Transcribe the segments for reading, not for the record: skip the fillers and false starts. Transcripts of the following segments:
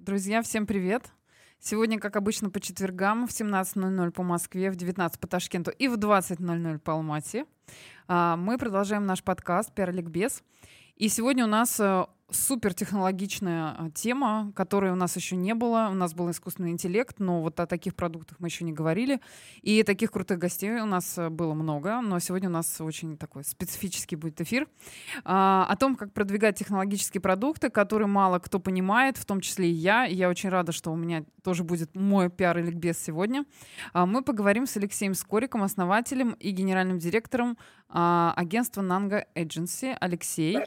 Друзья, всем привет! Сегодня, как обычно, по четвергам в 17:00 по Москве, в 19 по Ташкенту и в 20:00 по Алмате мы продолжаем наш подкаст «Пиар-ликбез». И сегодня у нас супертехнологичная тема, которой у нас еще не было. У нас был искусственный интеллект, но вот о таких продуктах мы еще не говорили. И таких крутых гостей у нас было много, но сегодня у нас очень такой специфический будет эфир. О том, как продвигать технологические продукты, которые мало кто понимает, в том числе и я. И я очень рада, что у меня тоже будет мой пиар-ликбез сегодня. Мы поговорим с Алексеем Скориком, основателем и генеральным директором агентства Nango Agency. Алексей.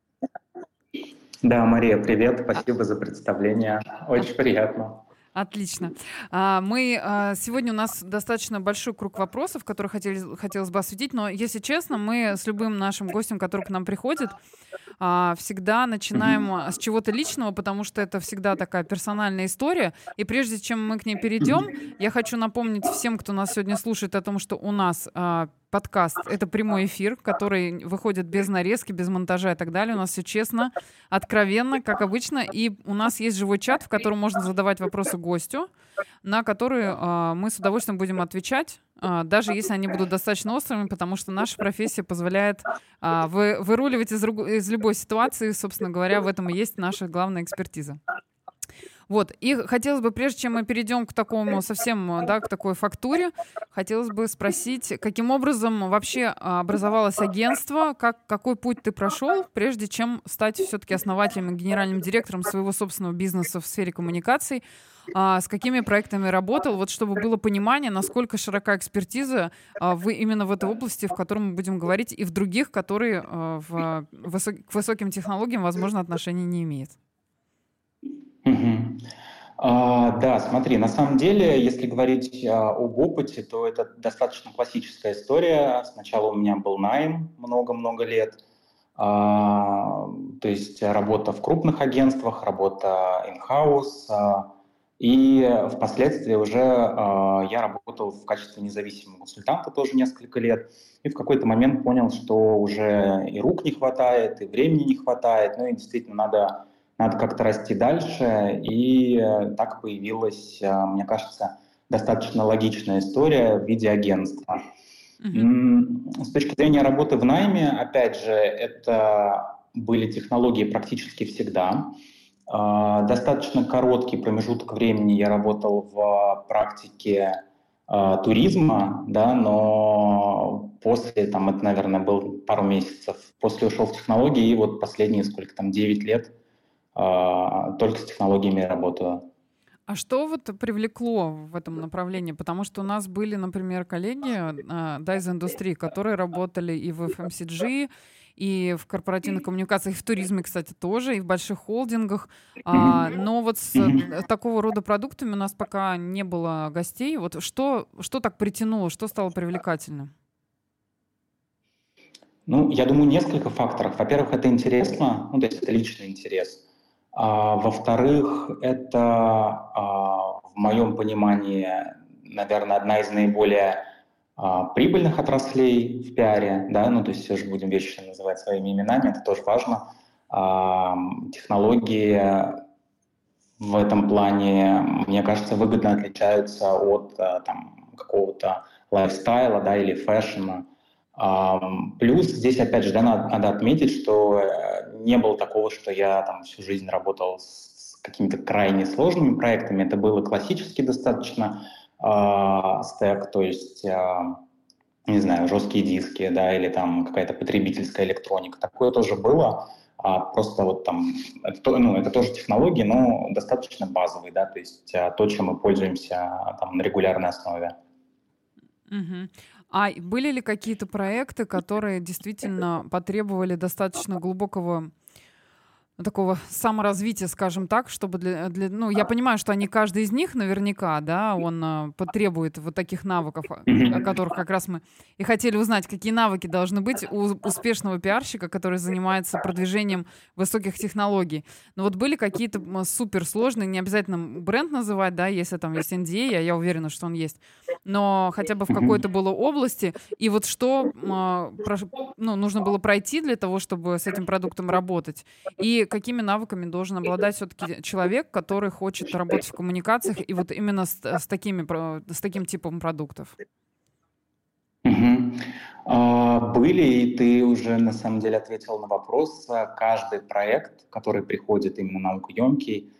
Да, Мария, привет. Спасибо за представление. Очень приятно. Отлично. Сегодня у нас достаточно большой круг вопросов, которые хотелось бы осветить, но, если честно, мы с любым нашим гостем, который к нам приходит, всегда начинаем с чего-то личного, потому что это всегда такая персональная история. И прежде чем мы к ней перейдем, я хочу напомнить всем, кто нас сегодня слушает, о том, что у нас подкаст — это прямой эфир, который выходит без нарезки, без монтажа и так далее. У нас все честно, откровенно, как обычно. И у нас есть живой чат, в котором можно задавать вопросы гостю, на которые мы с удовольствием будем отвечать, даже если они будут достаточно острыми, потому что наша профессия позволяет выруливать из любой ситуации. Собственно говоря, в этом и есть наша главная экспертиза. Вот, и хотелось бы, прежде чем мы перейдем к такому совсем, к такой фактуре, хотелось бы спросить, каким образом вообще образовалось агентство, какой путь ты прошел, прежде чем стать все-таки основателем и генеральным директором своего собственного бизнеса в сфере коммуникаций, с какими проектами работал, вот чтобы было понимание, насколько широка экспертиза вы именно в этой области, в которой мы будем говорить, и в других, которые к высоким технологиям, возможно, отношения не имеют. Да, смотри, на самом деле, если говорить об опыте, то это достаточно классическая история. Сначала у меня был найм много-много лет, то есть работа в крупных агентствах, работа in-house, и впоследствии уже я работал в качестве независимого консультанта тоже несколько лет, и в какой-то момент понял, что уже и рук не хватает, и времени не хватает, ну и действительно надо как-то расти дальше, и так появилась, мне кажется, достаточно логичная история в виде агентства. С точки зрения работы в найме, опять же, это были технологии практически всегда. Достаточно короткий промежуток времени я работал в практике туризма, да, но после, это, наверное, был пару месяцев, после ушел в технологии, и вот последние, 9 лет только с технологиями работаю. А что вот привлекло в этом направлении? Потому что у нас были, например, коллеги из индустрии, которые работали и в FMCG, и в корпоративных коммуникациях, и в туризме, кстати, тоже, и в больших холдингах. Но вот с такого рода продуктами у нас пока не было гостей. Вот что так притянуло, что стало привлекательным? Я думаю, несколько факторов. Во-первых, это интересно, то есть это личный интерес. Во-вторых, это, в моем понимании, наверное, одна из наиболее прибыльных отраслей в пиаре, да, то есть все же будем вещи называть своими именами, это тоже важно. Технологии в этом плане, мне кажется, выгодно отличаются от какого-то лайфстайла, да, или фэшна. Плюс здесь, опять же, надо отметить, что не было такого, что я всю жизнь работал с какими-то крайне сложными проектами. Это было классически достаточно стек, то есть, не знаю, жесткие диски, да, или какая-то потребительская электроника. Такое тоже было. Просто это тоже технологии, но достаточно базовые, да, то есть то, чем мы пользуемся на регулярной основе. А были ли какие-то проекты, которые действительно потребовали достаточно глубокого такого саморазвития, скажем так, чтобы я понимаю, что они, каждый из них наверняка, да, он потребует вот таких навыков, о которых как раз мы и хотели узнать, какие навыки должны быть у успешного пиарщика, который занимается продвижением высоких технологий. Но вот были какие-то суперсложные, не обязательно бренд называть, да, если там есть NDA, я уверена, что он есть, но хотя бы в какой-то было области. И вот что нужно было пройти для того, чтобы с этим продуктом работать? И какими навыками должен обладать все-таки человек, который хочет работать в коммуникациях и вот именно с таким типом продуктов? Мгм. Были, и ты уже на самом деле ответил на вопрос. Каждый проект, который приходит именно наукоемкий,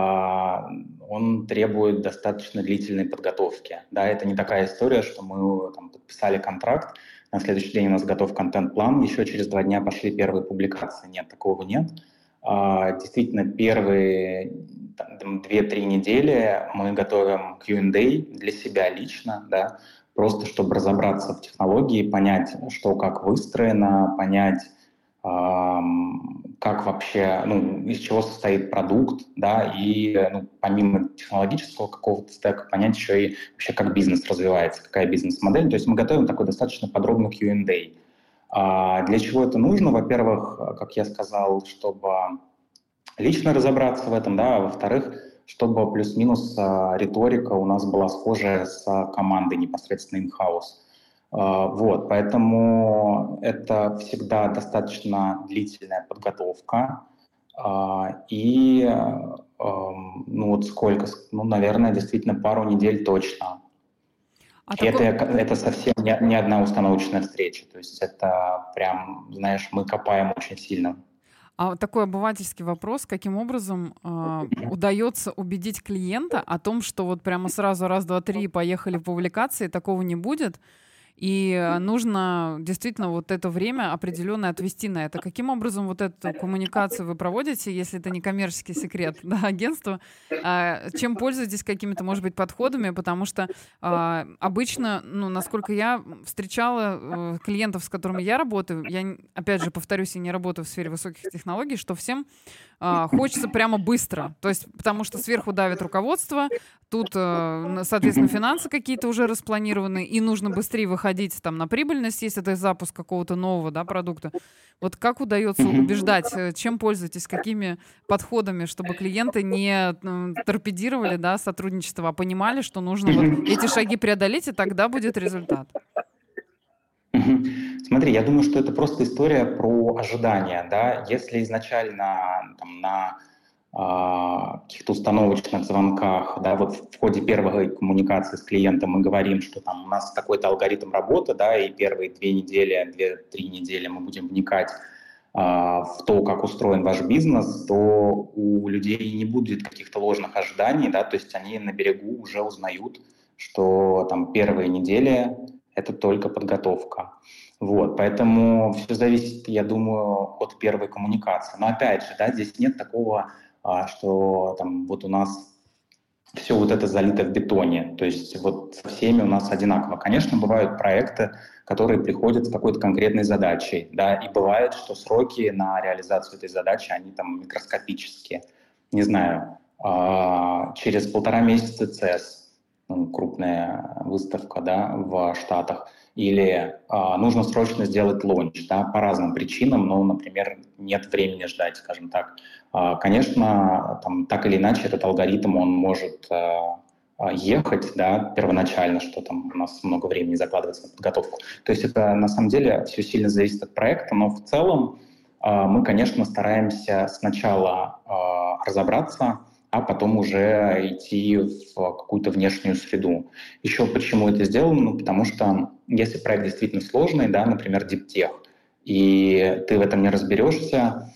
он требует достаточно длительной подготовки. Да, это не такая история, что мы там подписали контракт, на следующий день у нас готов контент-план, еще через 2 дня пошли первые публикации. Нет, такого нет. Действительно, первые 2-3 недели мы готовим Q&A для себя лично, да, просто чтобы разобраться в технологии, понять, что как выстроено, понять, как вообще, из чего состоит продукт, да, и помимо технологического какого-то стека понять еще и вообще, как бизнес развивается, какая бизнес-модель. То есть мы готовим такой достаточно подробный Q&A. Для чего это нужно? Во-первых, как я сказал, чтобы лично разобраться в этом, да, а во-вторых, чтобы плюс-минус риторика у нас была схожая с командой непосредственно in-house. Вот, поэтому это всегда достаточно длительная подготовка. И вот сколько, наверное, действительно пару недель точно. Это совсем не одна установочная встреча, то есть это прям, знаешь, мы копаем очень сильно. А вот такой обывательский вопрос: каким образом удается убедить клиента о том, что вот прямо сразу раз, два, три поехали в публикации, такого не будет? И нужно действительно вот это время определенное отвести на это. Каким образом вот эту коммуникацию вы проводите, если это не коммерческий секрет, да, агентства? Чем пользуетесь, какими-то, может быть, подходами? Потому что обычно, насколько я встречала клиентов, с которыми я работаю, я, опять же, повторюсь, я не работаю в сфере высоких технологий, что всем хочется прямо быстро. То есть, потому что сверху давит руководство, тут, соответственно, финансы какие-то уже распланированы, и нужно быстрее выходить там на прибыльность, если это запуск какого-то нового, да, продукта. Вот как удается убеждать, чем пользуетесь, какими подходами, чтобы клиенты не торпедировали, да, сотрудничество, а понимали, что нужно вот эти шаги преодолеть, и тогда будет результат? Смотри, я думаю, что это просто история про ожидания, да. Если изначально на каких-то установочных звонках, да, вот в ходе первой коммуникации с клиентом мы говорим, что там у нас такой-то алгоритм работы, да, и первые 2-3 недели мы будем вникать в то, как устроен ваш бизнес, то у людей не будет каких-то ложных ожиданий, да, то есть они на берегу уже узнают, что там первые недели это только подготовка. Вот, поэтому все зависит, я думаю, от первой коммуникации. Но опять же, да, здесь нет такого, что там вот у нас все вот это залито в бетоне, то есть вот со всеми у нас одинаково. Конечно, бывают проекты, которые приходят с какой-то конкретной задачей, да, и бывает, что сроки на реализацию этой задачи, они там микроскопические. Не знаю, через 1,5 месяца CES, крупная выставка, да, в Штатах, или нужно срочно сделать лонч, да, по разным причинам, но, например, нет времени ждать, скажем так. Конечно, там, так или иначе этот алгоритм, он может ехать, да, первоначально, что там у нас много времени закладывается на подготовку. То есть это на самом деле все сильно зависит от проекта, но в целом мы, конечно, стараемся сначала разобраться, а потом уже идти в какую-то внешнюю среду. Еще почему это сделано? Потому что если проект действительно сложный, да, например, диптех, и ты в этом не разберешься,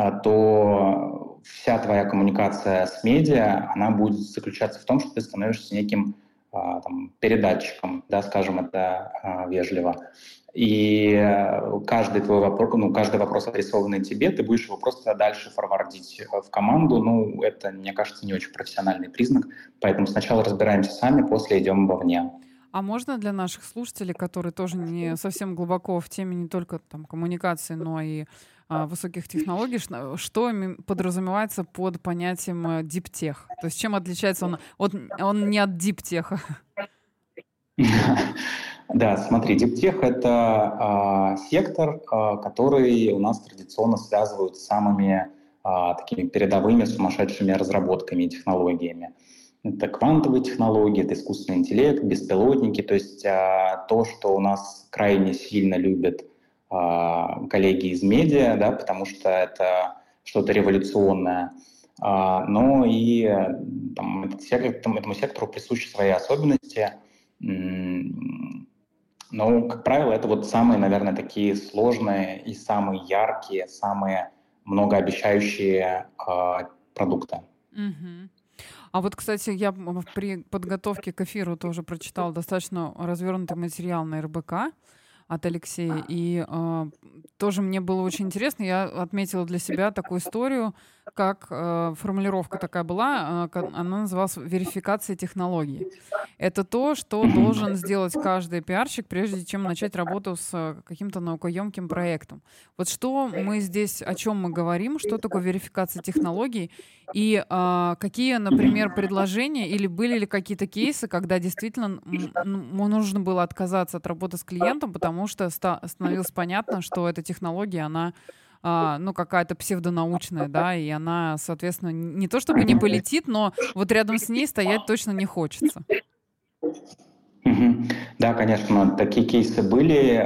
то вся твоя коммуникация с медиа, она будет заключаться в том, что ты становишься неким передатчиком, да, скажем это вежливо. И каждый твой вопрос, каждый вопрос, адресованный тебе, ты будешь его просто дальше форвардить в команду. Это, мне кажется, не очень профессиональный признак. Поэтому сначала разбираемся сами, после идем вовне. А можно для наших слушателей, которые тоже не совсем глубоко в теме не только там коммуникации, но и высоких технологий, что подразумевается под понятием диптех? То есть чем отличается он не от диптеха? Да, смотри, диптех — это сектор, который у нас традиционно связывают с самыми такими передовыми сумасшедшими разработками и технологиями. Это квантовые технологии, это искусственный интеллект, беспилотники, то есть то, что у нас крайне сильно любят коллеги из медиа, да, потому что это что-то революционное. Но и там, этому сектору присущи свои особенности. Но, как правило, это вот самые, наверное, такие сложные и самые яркие, самые многообещающие продукты. Мгм. А вот, кстати, я при подготовке к эфиру тоже прочитала достаточно развернутый материал на РБК от Алексея, и тоже мне было очень интересно. Я отметила для себя такую историю, как формулировка такая была, она называлась «верификация технологий». Это то, что должен сделать каждый пиарщик, прежде чем начать работу с каким-то наукоемким проектом. Вот что мы здесь, о чем мы говорим, что такое верификация технологий, и какие, например, предложения или были ли какие-то кейсы, когда действительно нужно было отказаться от работы с клиентом, потому что становилось понятно, что эта технология, она ну, какая-то псевдонаучная, да, и она, соответственно, не то чтобы не полетит, но вот рядом с ней стоять точно не хочется. Да, конечно, такие кейсы были.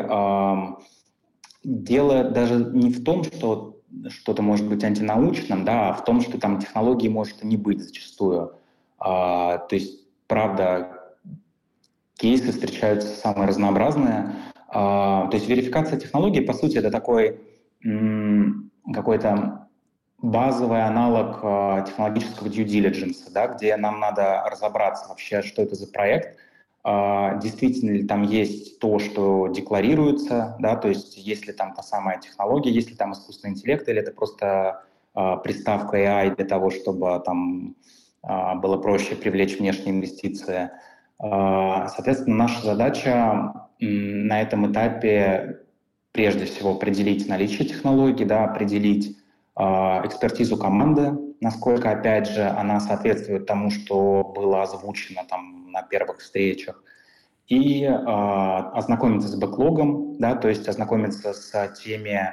Дело даже не в том, что что-то может быть антинаучным, да, а в том, что там технологии может и не быть зачастую. То есть, правда, кейсы встречаются самые разнообразные. То есть верификация технологий, по сути, это такой какой-то базовый аналог технологического due diligence, да, где нам надо разобраться вообще, что это за проект, действительно ли там есть то, что декларируется, да, то есть есть ли там та самая технология, есть ли там искусственный интеллект, или это просто приставка AI для того, чтобы там было проще привлечь внешние инвестиции. Соответственно, наша задача на этом этапе прежде всего определить наличие технологий, да, определить экспертизу команды, насколько, опять же, она соответствует тому, что было озвучено там на первых встречах, и ознакомиться с бэклогом, да, то есть ознакомиться с теми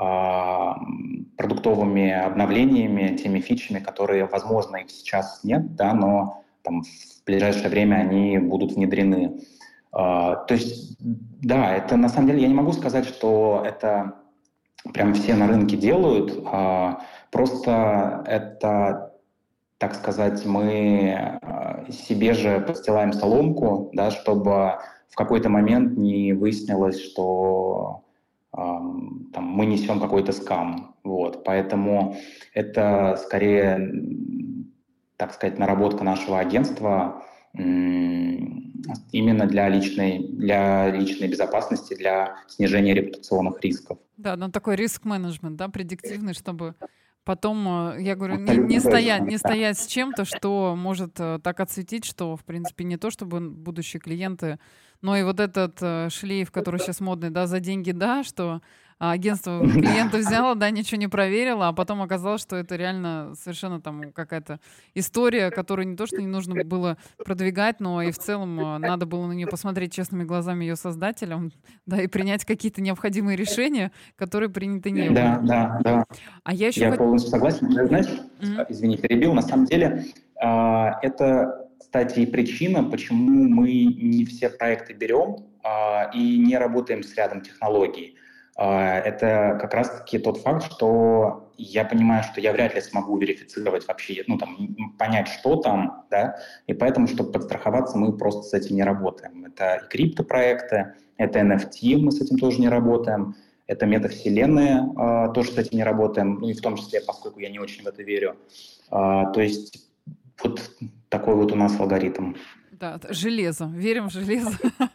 продуктовыми обновлениями, теми фичами, которые, возможно, их сейчас нет, да, но там, в ближайшее время они будут внедрены. То есть, да, это на самом деле, я не могу сказать, что это прям все на рынке делают, просто это, так сказать, мы себе же подстилаем соломку, да, чтобы в какой-то момент не выяснилось, что там, мы несем какой-то скам. Вот. Поэтому это скорее, так сказать, наработка нашего агентства именно для личной безопасности, для снижения репутационных рисков. Да, ну такой риск-менеджмент, да, предиктивный, чтобы потом, я говорю, Абсолютно точно. не стоять с чем-то, что может так отсветить, что, в принципе, не то чтобы будущие клиенты, но и вот этот шлейф, который сейчас модный, да, за деньги, да, что агентство клиента взяло, да, ничего не проверило, а потом оказалось, что это реально совершенно там какая-то история, которую не то, что не нужно было продвигать, но и в целом надо было на нее посмотреть честными глазами ее создателям, да, и принять какие-то необходимые решения, которые приняты не были. Да. А я еще Я полностью согласен. Знаешь, извини, перебил. На самом деле, это, кстати, и причина, почему мы не все проекты берем и не работаем с рядом технологий. Это как раз-таки тот факт, что я понимаю, что я вряд ли смогу верифицировать вообще, ну, там, понять, что там, да, и поэтому, чтобы подстраховаться, мы просто с этим не работаем. Это и криптопроекты, это NFT, мы с этим тоже не работаем, это метавселенные, тоже с этим не работаем, ну, и в том числе, поскольку я не очень в это верю. То есть вот такой вот у нас алгоритм. Да, железо. Верим в железо.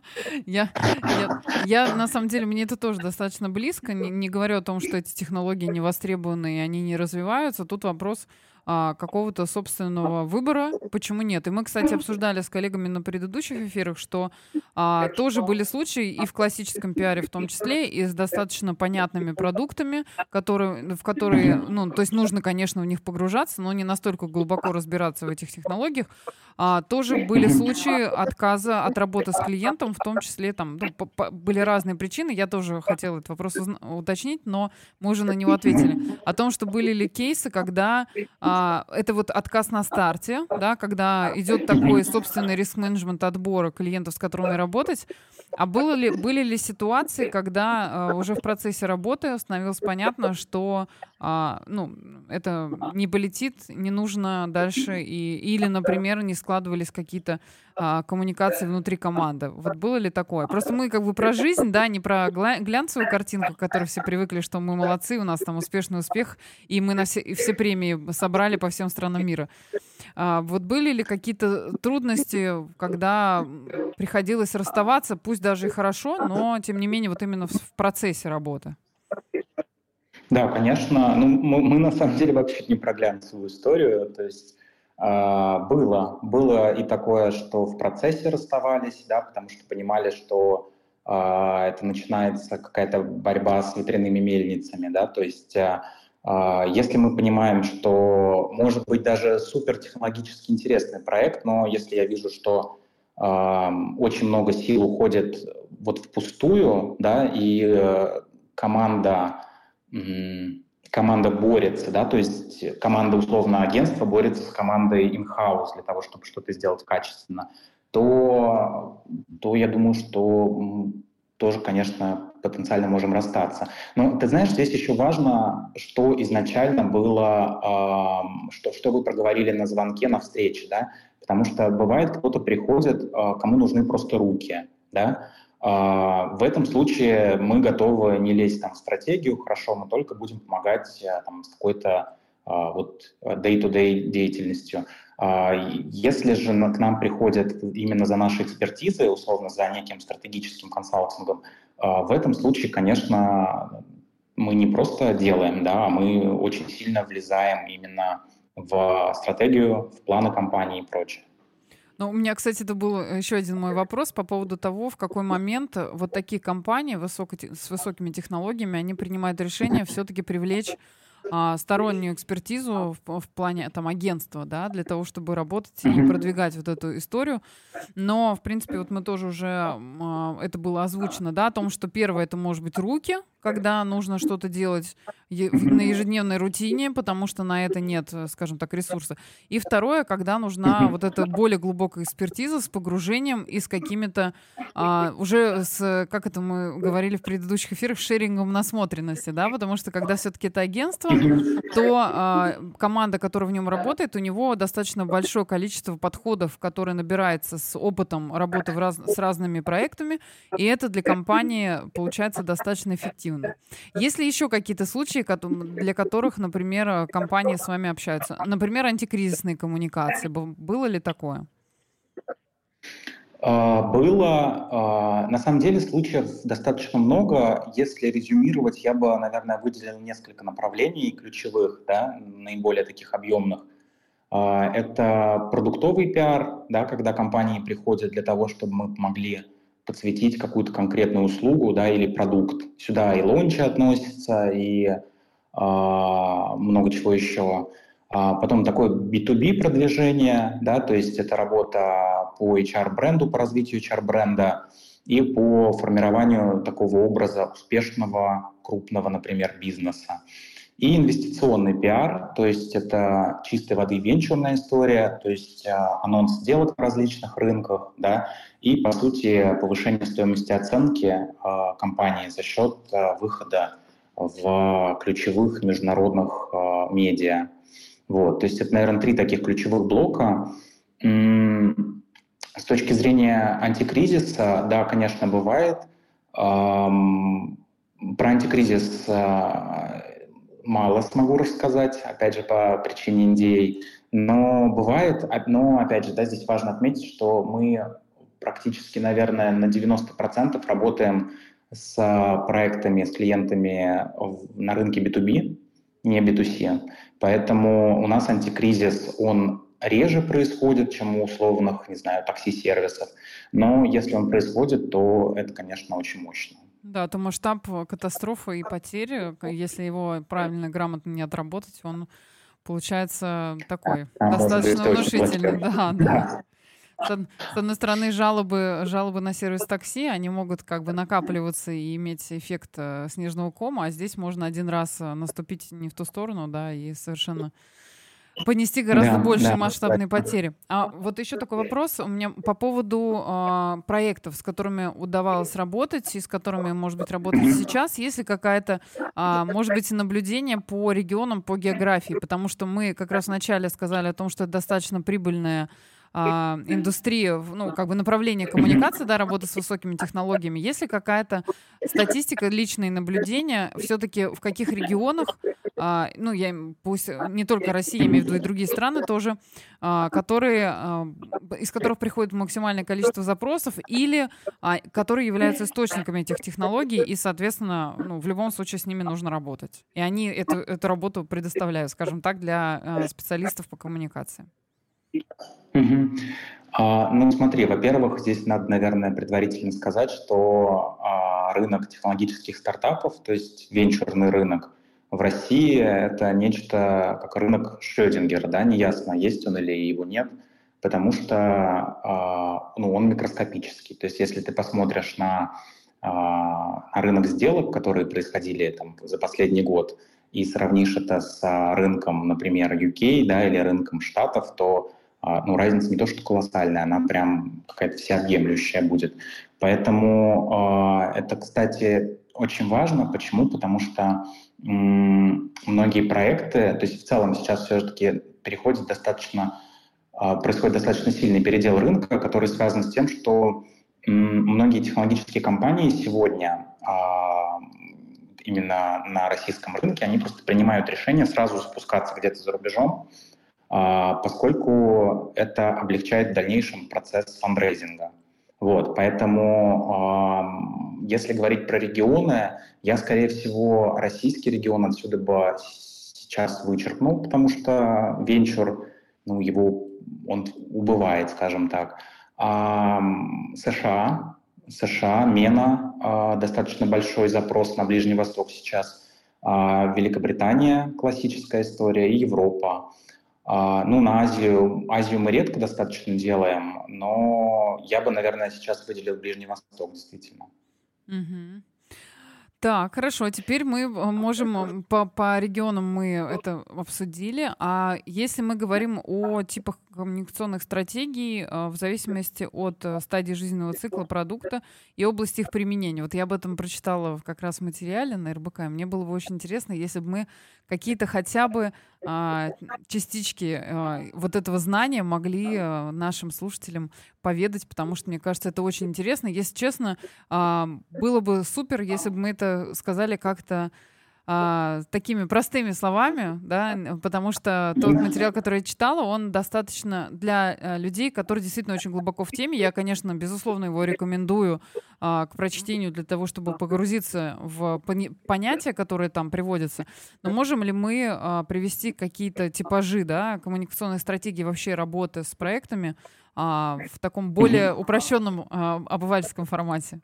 Я, на самом деле, мне это тоже достаточно близко. Не говорю о том, что эти технологии не востребованы и они не развиваются. Тут вопрос какого-то собственного выбора. Почему нет? И мы, кстати, обсуждали с коллегами на предыдущих эфирах, что тоже были случаи и в классическом пиаре в том числе, и с достаточно понятными продуктами, в которые, ну, то есть нужно, конечно, в них погружаться, но не настолько глубоко разбираться в этих технологиях. Тоже были случаи отказа от работы с клиентом, в том числе там были разные причины. Я тоже хотела этот вопрос уточнить, но мы уже на него ответили. О том, что были ли кейсы, когда это вот отказ на старте, да, когда идет такой собственный риск-менеджмент отбора клиентов, с которыми работать. А были ли ситуации, когда уже в процессе работы становилось понятно, что ну, это не полетит, не нужно дальше, или, например, не складывались какие-то коммуникации внутри команды? Вот было ли такое? Просто мы как бы про жизнь, да, не про глянцевую картинку, к которой все привыкли, что мы молодцы, у нас там успешный успех, и мы на все премии собрали по всем странам мира. Вот были ли какие-то трудности, когда приходилось расставаться, пусть даже и хорошо, но тем не менее вот именно в процессе работы? Да, конечно. Ну, мы на самом деле вообще не про глянцевую историю. То есть было и такое, что в процессе расставались, да, потому что понимали, что это начинается какая-то борьба с ветряными мельницами, да, то есть если мы понимаем, что может быть даже супертехнологически интересный проект, но если я вижу, что очень много сил уходит вот впустую, да, и команда команда борется, да, то есть команда условно агентства борется с командой in-house для того, чтобы что-то сделать качественно, то я думаю, что тоже, конечно, потенциально можем расстаться. Но ты знаешь, здесь еще важно, что изначально было, что вы проговорили на звонке, на встрече, да, потому что бывает, кто-то приходит, кому нужны просто руки, да. В этом случае мы готовы не лезть там в стратегию, хорошо, мы только будем помогать там, с какой-то вот day-to-day деятельностью. Если же к нам приходят именно за нашей экспертизой, условно, за неким стратегическим консалтингом, в этом случае, конечно, мы не просто делаем, да, а мы очень сильно влезаем именно в стратегию, в планы компании и прочее. Ну, у меня, кстати, это был еще один мой вопрос по поводу того, в какой момент вот такие компании с высокими технологиями, они принимают решение все-таки привлечь стороннюю экспертизу в плане там агентства, да, для того, чтобы работать и продвигать вот эту историю. Но, в принципе, вот мы тоже уже, это было озвучено, да, о том, что первое, это может быть руки, когда нужно что-то делать на ежедневной рутине, потому что на это нет, скажем так, ресурса. И второе, когда нужна вот эта более глубокая экспертиза с погружением и с какими-то уже как это мы говорили в предыдущих эфирах, шерингом насмотренности, да, потому что когда все-таки это агентство, то команда, которая в нем работает, у него достаточно большое количество подходов, которые набирается с опытом работы с разными проектами, и это для компании получается достаточно эффективно. Есть ли еще какие-то случаи, для которых, например, компании с вами общаются? Например, антикризисные коммуникации. Было ли такое? Было. На самом деле случаев достаточно много. Если резюмировать, я бы, наверное, выделил несколько направлений ключевых, да, наиболее таких объемных. Это продуктовый пиар, да, когда компании приходят для того, чтобы мы помогли подсветить какую-то конкретную услугу, да, или продукт. Сюда и лончи относятся, и много чего еще. Потом такое B2B продвижение, да, то есть это работа по HR-бренду, по развитию HR-бренда и по формированию такого образа успешного, крупного, например, бизнеса. И инвестиционный пиар, то есть это чистой воды венчурная история, то есть анонс сделок на различных рынках, да, и, по сути, повышение стоимости оценки компании за счет выхода в ключевых международных медиа. Вот, то есть это, наверное, 3 таких ключевых блока. С точки зрения антикризиса, да, конечно, бывает. Про антикризис мало смогу рассказать, опять же, по причине NDA. Но бывает, но, опять же, да, здесь важно отметить, что мы практически, наверное, на 90% работаем с проектами, с клиентами на рынке B2B, не B2C. Поэтому у нас антикризис, он реже происходит, чем у условных, не знаю, такси-сервисов. Но если он происходит, то это, конечно, очень мощно. Да, то масштаб катастрофы и потери, если его правильно, грамотно не отработать, он получается такой достаточно внушительный. Да. С одной стороны, жалобы на сервис такси, они могут как бы накапливаться и иметь эффект снежного кома, а здесь можно один раз наступить не в ту сторону, да, и совершенно понести гораздо Да, большие да, масштабные потери. А вот еще такой вопрос у меня по поводу проектов, с которыми удавалось работать и с которыми, может быть, работать мгм. сейчас. Есть ли какая-то, может быть, наблюдение по регионам, по географии? Потому что мы как раз вначале сказали о том, что это достаточно прибыльная индустрия, ну, как бы направление коммуникации, да, работы с высокими технологиями. Есть ли какая-то статистика, личные наблюдения, все-таки в каких регионах, ну, пусть не только Россия, я имею в виду и другие страны тоже, из которых приходит максимальное количество запросов или которые являются источниками этих технологий, и, соответственно, ну, в любом случае с ними нужно работать. И они эту работу предоставляют, скажем так, для специалистов по коммуникации. Мгм. Ну, смотри, во-первых, здесь надо, наверное, предварительно сказать, что рынок технологических стартапов, то есть венчурный рынок в России, это нечто как рынок Шрёдингера, да, неясно, есть он или его нет, потому что ну, он микроскопический. То есть если ты посмотришь на рынок сделок, которые происходили там, за последний год, и сравнишь это с рынком, например, UK, да, или рынком Штатов, то ну, разница не то, что колоссальная, она прям какая-то всеобъемлющая будет. Поэтому это, кстати, очень важно. Почему? Потому что многие проекты, то есть в целом сейчас все-таки происходит достаточно сильный передел рынка, который связан с тем, что многие технологические компании сегодня именно на российском рынке, они просто принимают решение сразу спускаться где-то за рубежом, поскольку это облегчает в дальнейшем процесс фандрейзинга. Вот, поэтому, если говорить про регионы, я, скорее всего, российский регион отсюда бы сейчас вычеркнул, потому что венчур, ну, он убывает, скажем так. США, MENA, достаточно большой запрос на Ближний Восток сейчас. Великобритания, классическая история, и Европа. Ну, на Азию мы редко достаточно делаем, но я бы, наверное, сейчас выделил Ближний Восток, действительно. Мгм. Так, хорошо. Теперь мы можем по регионам мы это обсудили. А если мы говорим о типах коммуникационных стратегий в зависимости от стадии жизненного цикла продукта и области их применения. Вот я об этом прочитала как раз в материале на РБК. И мне было бы очень интересно, если бы мы какие-то хотя бы а, частички вот этого знания могли нашим слушателям поведать, потому что, мне кажется, это очень интересно. Если честно, было бы супер, если бы мы это сказали как-то такими простыми словами, да, потому что тот материал, который я читала, он достаточно для людей, которые действительно очень глубоко в теме. Я, конечно, безусловно, его рекомендую к прочтению для того, чтобы погрузиться в понятия, которые там приводятся. Но можем ли мы привести какие-то типажи, да, коммуникационной стратегии вообще работы с проектами в таком более упрощенном обывательском формате?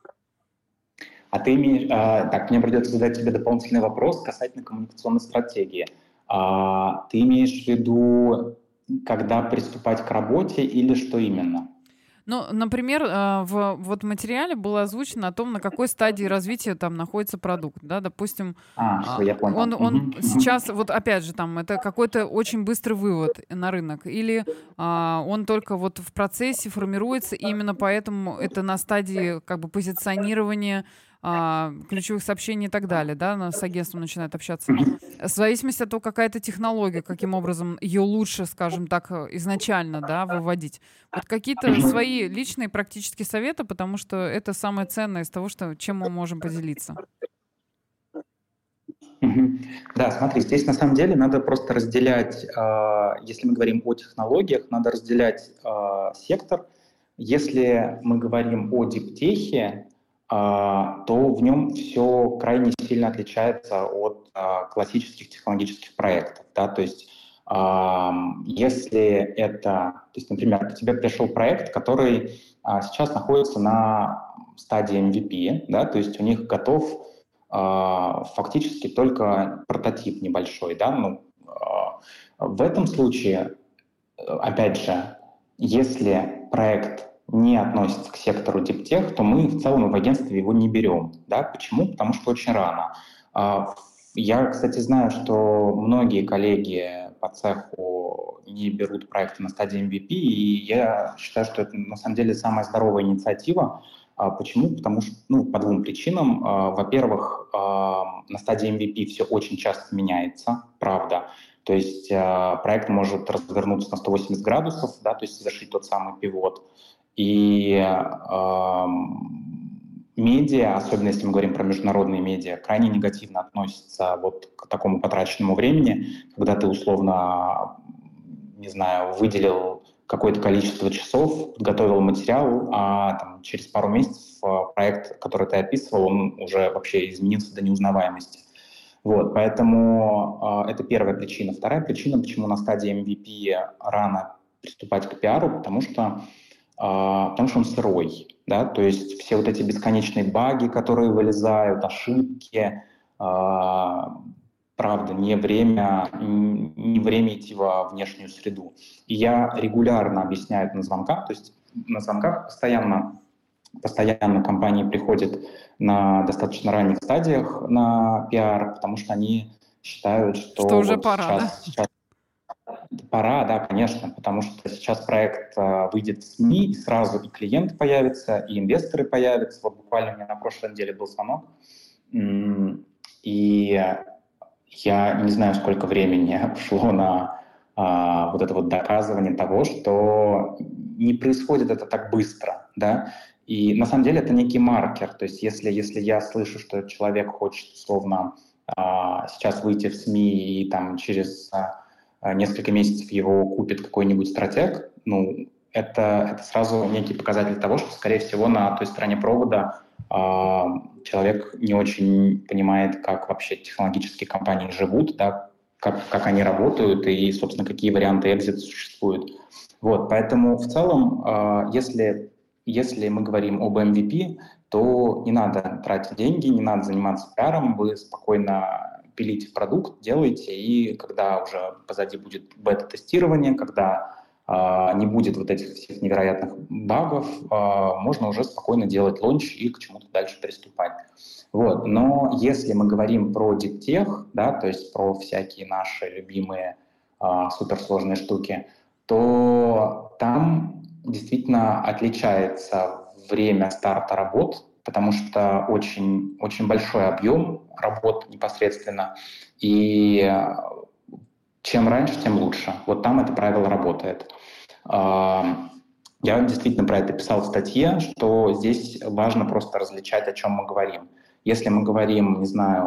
Так, мне придется задать тебе дополнительный вопрос касательно коммуникационной стратегии. Ты имеешь в виду, когда приступать к работе или что именно? Ну, например, в материале было озвучено о том, на какой стадии развития там находится продукт, да, допустим, Все, я понял. он сейчас, вот опять же, там, это какой-то очень быстрый вывод на рынок, или он только вот в процессе формируется, и именно поэтому это на стадии как бы позиционирования ключевых сообщений и так далее, да, с агентством начинает общаться. В зависимости от того, какая то технология, каким образом ее лучше, скажем так, изначально, да, выводить. Вот какие-то свои личные практические советы, потому что это самое ценное из того, чем мы можем поделиться. Мгм. Да, смотри, здесь на самом деле надо просто разделять, если мы говорим о технологиях, надо разделять сектор. Если мы говорим о диптехе, то в нем все крайне сильно отличается от классических технологических проектов. Да? То есть например, к тебе пришел проект, который сейчас находится на стадии MVP, да? То есть у них готов фактически только прототип небольшой. Да? В этом случае, опять же, если проект не относится к сектору диптех, то мы в целом в агентстве его не берем. Да? Почему? Потому что очень рано. Я, кстати, знаю, что многие коллеги по цеху не берут проекты на стадии MVP, и я считаю, что это на самом деле самая здоровая инициатива. Почему? Потому что, по двум причинам. Во-первых, на стадии MVP все очень часто меняется, правда. То есть проект может развернуться на 180 градусов, да, то есть совершить тот самый пивот. И медиа, особенно если мы говорим про международные медиа, крайне негативно относятся вот к такому потраченному времени, когда ты условно, не знаю, выделил какое-то количество часов, подготовил материал, а там, через пару месяцев проект, который ты описывал, он уже вообще изменился до неузнаваемости. Вот, поэтому это первая причина. Вторая причина, почему на стадии MVP рано приступать к пиару, потому что он сырой, да, то есть все вот эти бесконечные баги, которые вылезают, ошибки, правда, не время идти во внешнюю среду. И я регулярно объясняю это на звонках, то есть на звонках постоянно компании приходят на достаточно ранних стадиях на пиар, потому что они считают, что уже вот пора, сейчас пора, да, конечно, потому что сейчас проект выйдет в СМИ, и сразу и клиенты появятся, и инвесторы появятся. Вот буквально у меня на прошлой неделе был звонок, и я не знаю, сколько времени ушло на вот это вот доказывание того, что не происходит это так быстро, да. И на самом деле это некий маркер. То есть если я слышу, что человек хочет условно сейчас выйти в СМИ и там через несколько месяцев его купит какой-нибудь стратег, это сразу некий показатель того, что, скорее всего, на той стороне провода человек не очень понимает, как вообще технологические компании живут, да, как они работают и, собственно, какие варианты экзита существуют. Вот, поэтому в целом, если мы говорим об MVP, то не надо тратить деньги, не надо заниматься пиаром, вы спокойно пилите продукт, делайте, и когда уже позади будет бета-тестирование, когда не будет вот этих всех невероятных багов, можно уже спокойно делать лонч и к чему-то дальше приступать. Вот. Но если мы говорим про диптех, да, то есть про всякие наши любимые суперсложные штуки, то там действительно отличается время старта работ, потому что очень, очень большой объем работ непосредственно, и чем раньше, тем лучше. Вот там это правило работает. Я действительно про это писал в статье, что здесь важно просто различать, о чем мы говорим. Если мы говорим, не знаю,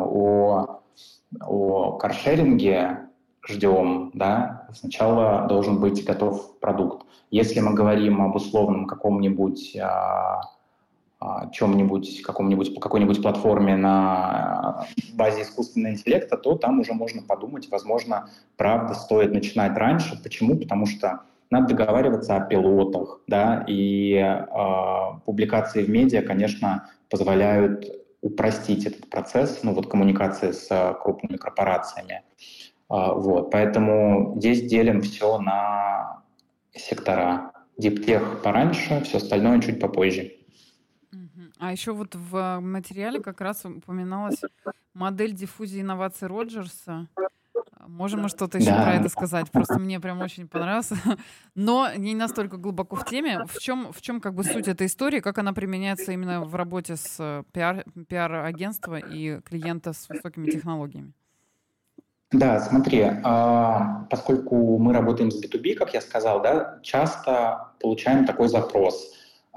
о каршеринге, ждем, да, сначала должен быть готов продукт. Если мы говорим об условном каком-нибудь какой-нибудь платформе на базе искусственного интеллекта, то там уже можно подумать, возможно, правда стоит начинать раньше. Почему? Потому что надо договариваться о пилотах, да, и публикации в медиа, конечно, позволяют упростить этот процесс, коммуникации с крупными корпорациями. Вот, поэтому здесь делим все на сектора. Диптех пораньше, все остальное чуть попозже. А еще вот в материале как раз упоминалась модель диффузии инноваций Роджерса. Можем мы что-то еще про это сказать? Просто мне прям очень понравилось. Но не настолько глубоко в теме. В чем как бы суть этой истории, как она применяется именно в работе с пиар-агентства и клиента с высокими технологиями? Да, смотри, поскольку мы работаем с B2B, как я сказал, да, часто получаем такой запрос.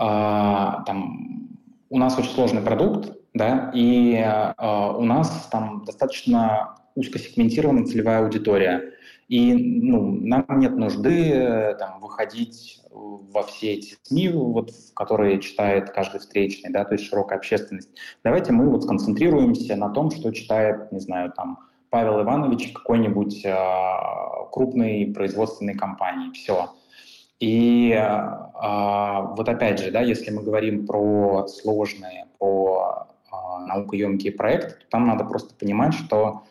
У нас очень сложный продукт, да, и у нас там достаточно узкосегментированная целевая аудитория. И нам нет нужды выходить во все эти СМИ, в которые читает каждый встречный, да, то есть широкая общественность. Давайте мы сконцентрируемся на том, что читает, не знаю, Павел Иванович какой-нибудь крупной производственной компании. Все. И опять же, да, если мы говорим про сложные, про наукоемкие проекты, то там надо просто понимать, что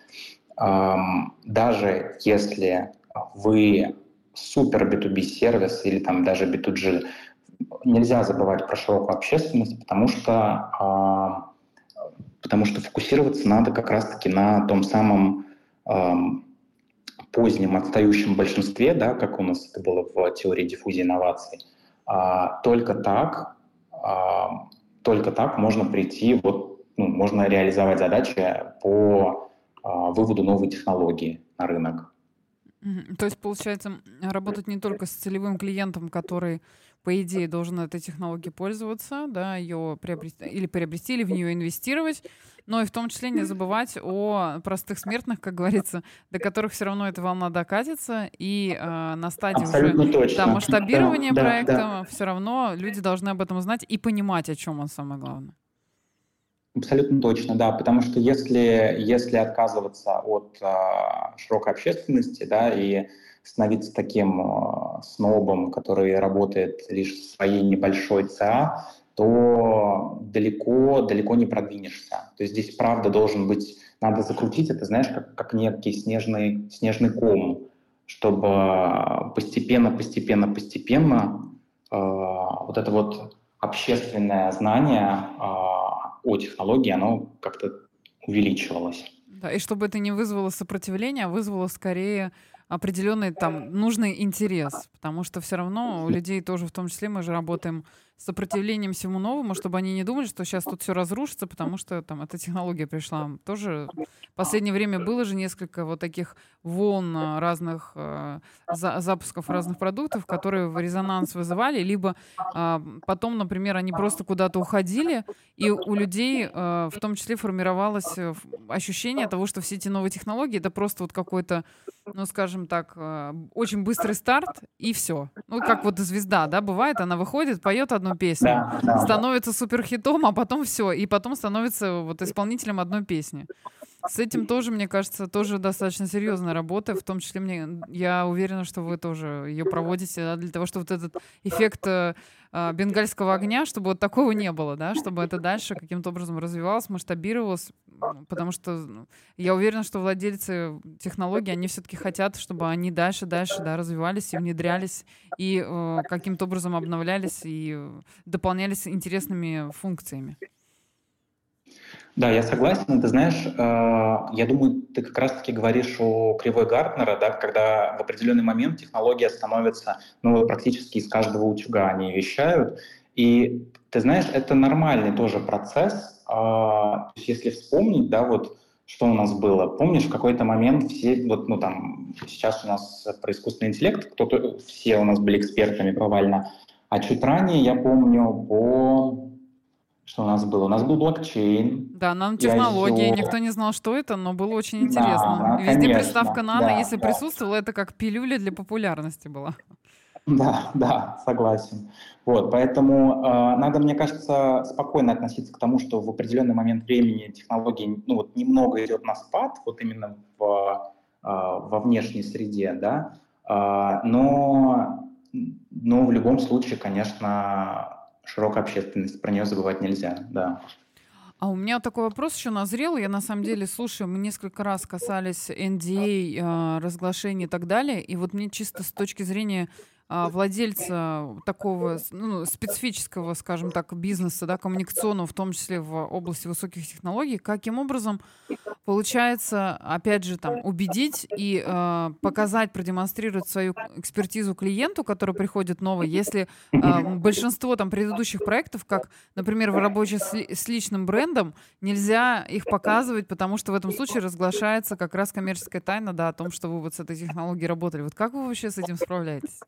даже если вы супер B2B сервис или даже B2G, нельзя забывать про широкую общественность, потому что фокусироваться надо как раз-таки на том самом позднем отстающем большинстве, да, как у нас это было в теории диффузии инноваций, только так можно прийти, можно реализовать задачи по выводу новой технологии на рынок. То есть, получается, работать не только с целевым клиентом, который, по идее, должен этой технологией пользоваться, да, ее приобрести, или в нее инвестировать, но и в том числе не забывать о простых смертных, как говорится, до которых все равно эта волна докатится, и на стадии Абсолютно уже точно. масштабирования Да, проекта все равно люди должны об этом знать и понимать, о чем он, самое главное. Абсолютно точно, да, потому что если отказываться от широкой общественности, да, и становиться таким снобом, который работает лишь в своей небольшой ЦА, то далеко не продвинешься. То есть здесь, правда, надо закрутить это, знаешь, как некий снежный ком, чтобы постепенно вот это вот общественное знание о технологии, оно как-то увеличивалось. Да, и чтобы это не вызвало сопротивления, а вызвало скорее определенный там нужный интерес, потому что все равно у людей тоже, в том числе, мы же работаем с сопротивлением всему новому, чтобы они не думали, что сейчас тут все разрушится, потому что там эта технология пришла. Тоже в последнее время было же несколько вот таких волн разных запусков разных продуктов, которые в резонанс вызывали, либо потом, например, они просто куда-то уходили, и у людей в том числе формировалось ощущение того, что все эти новые технологии — это просто вот какой-то, ну, скажем так, очень быстрый старт, и все. Ну, как вот звезда, да, бывает, она выходит, поет одну песню, Да. становится суперхитом, а потом все, и потом становится вот исполнителем одной песни. С этим тоже, мне кажется, тоже достаточно серьезная работа, в том числе я уверена, что вы тоже ее проводите, да, для того, чтобы вот этот эффект бенгальского огня, чтобы вот такого не было, да, чтобы это дальше каким-то образом развивалось, масштабировалось, потому что я уверена, что владельцы технологий, они все-таки хотят, чтобы они дальше, да, развивались и внедрялись, и каким-то образом обновлялись и дополнялись интересными функциями. Да, я согласен. Ты знаешь, я думаю, ты как раз-таки говоришь о кривой Гартнера, да, когда в определенный момент технология становится, практически из каждого утюга они вещают. И ты знаешь, это нормальный тоже процесс. То есть если вспомнить, да, вот что у нас было. Помнишь, в какой-то момент сейчас у нас про искусственный интеллект, все у нас были экспертами повально, а чуть ранее я помню что у нас было? У нас был блокчейн. Да, нанотехнологии. Никто не знал, что это, но было очень интересно. Да, Везде конечно, приставка нано, да, если присутствовала, это как пилюля для популярности была. Да, согласен. Вот, поэтому надо, мне кажется, спокойно относиться к тому, что в определенный момент времени технологии немного идет на спад, вот именно во внешней среде, да, но в любом случае, конечно, широкая общественность, про нее забывать нельзя, да. А у меня такой вопрос еще назрел. Я на самом деле слушаю, мы несколько раз касались NDA, разглашений и так далее. И вот мне чисто с точки зрения владельца такого специфического, скажем так, бизнеса, да, коммуникационного, в том числе в области высоких технологий, каким образом получается, опять же, там, убедить и показать, продемонстрировать свою экспертизу клиенту, который приходит новый, если большинство там предыдущих проектов, как, например, в работе с личным брендом, нельзя их показывать, потому что в этом случае разглашается как раз коммерческая тайна, да, о том, что вы вот с этой технологией работали. Вот как вы вообще с этим справляетесь?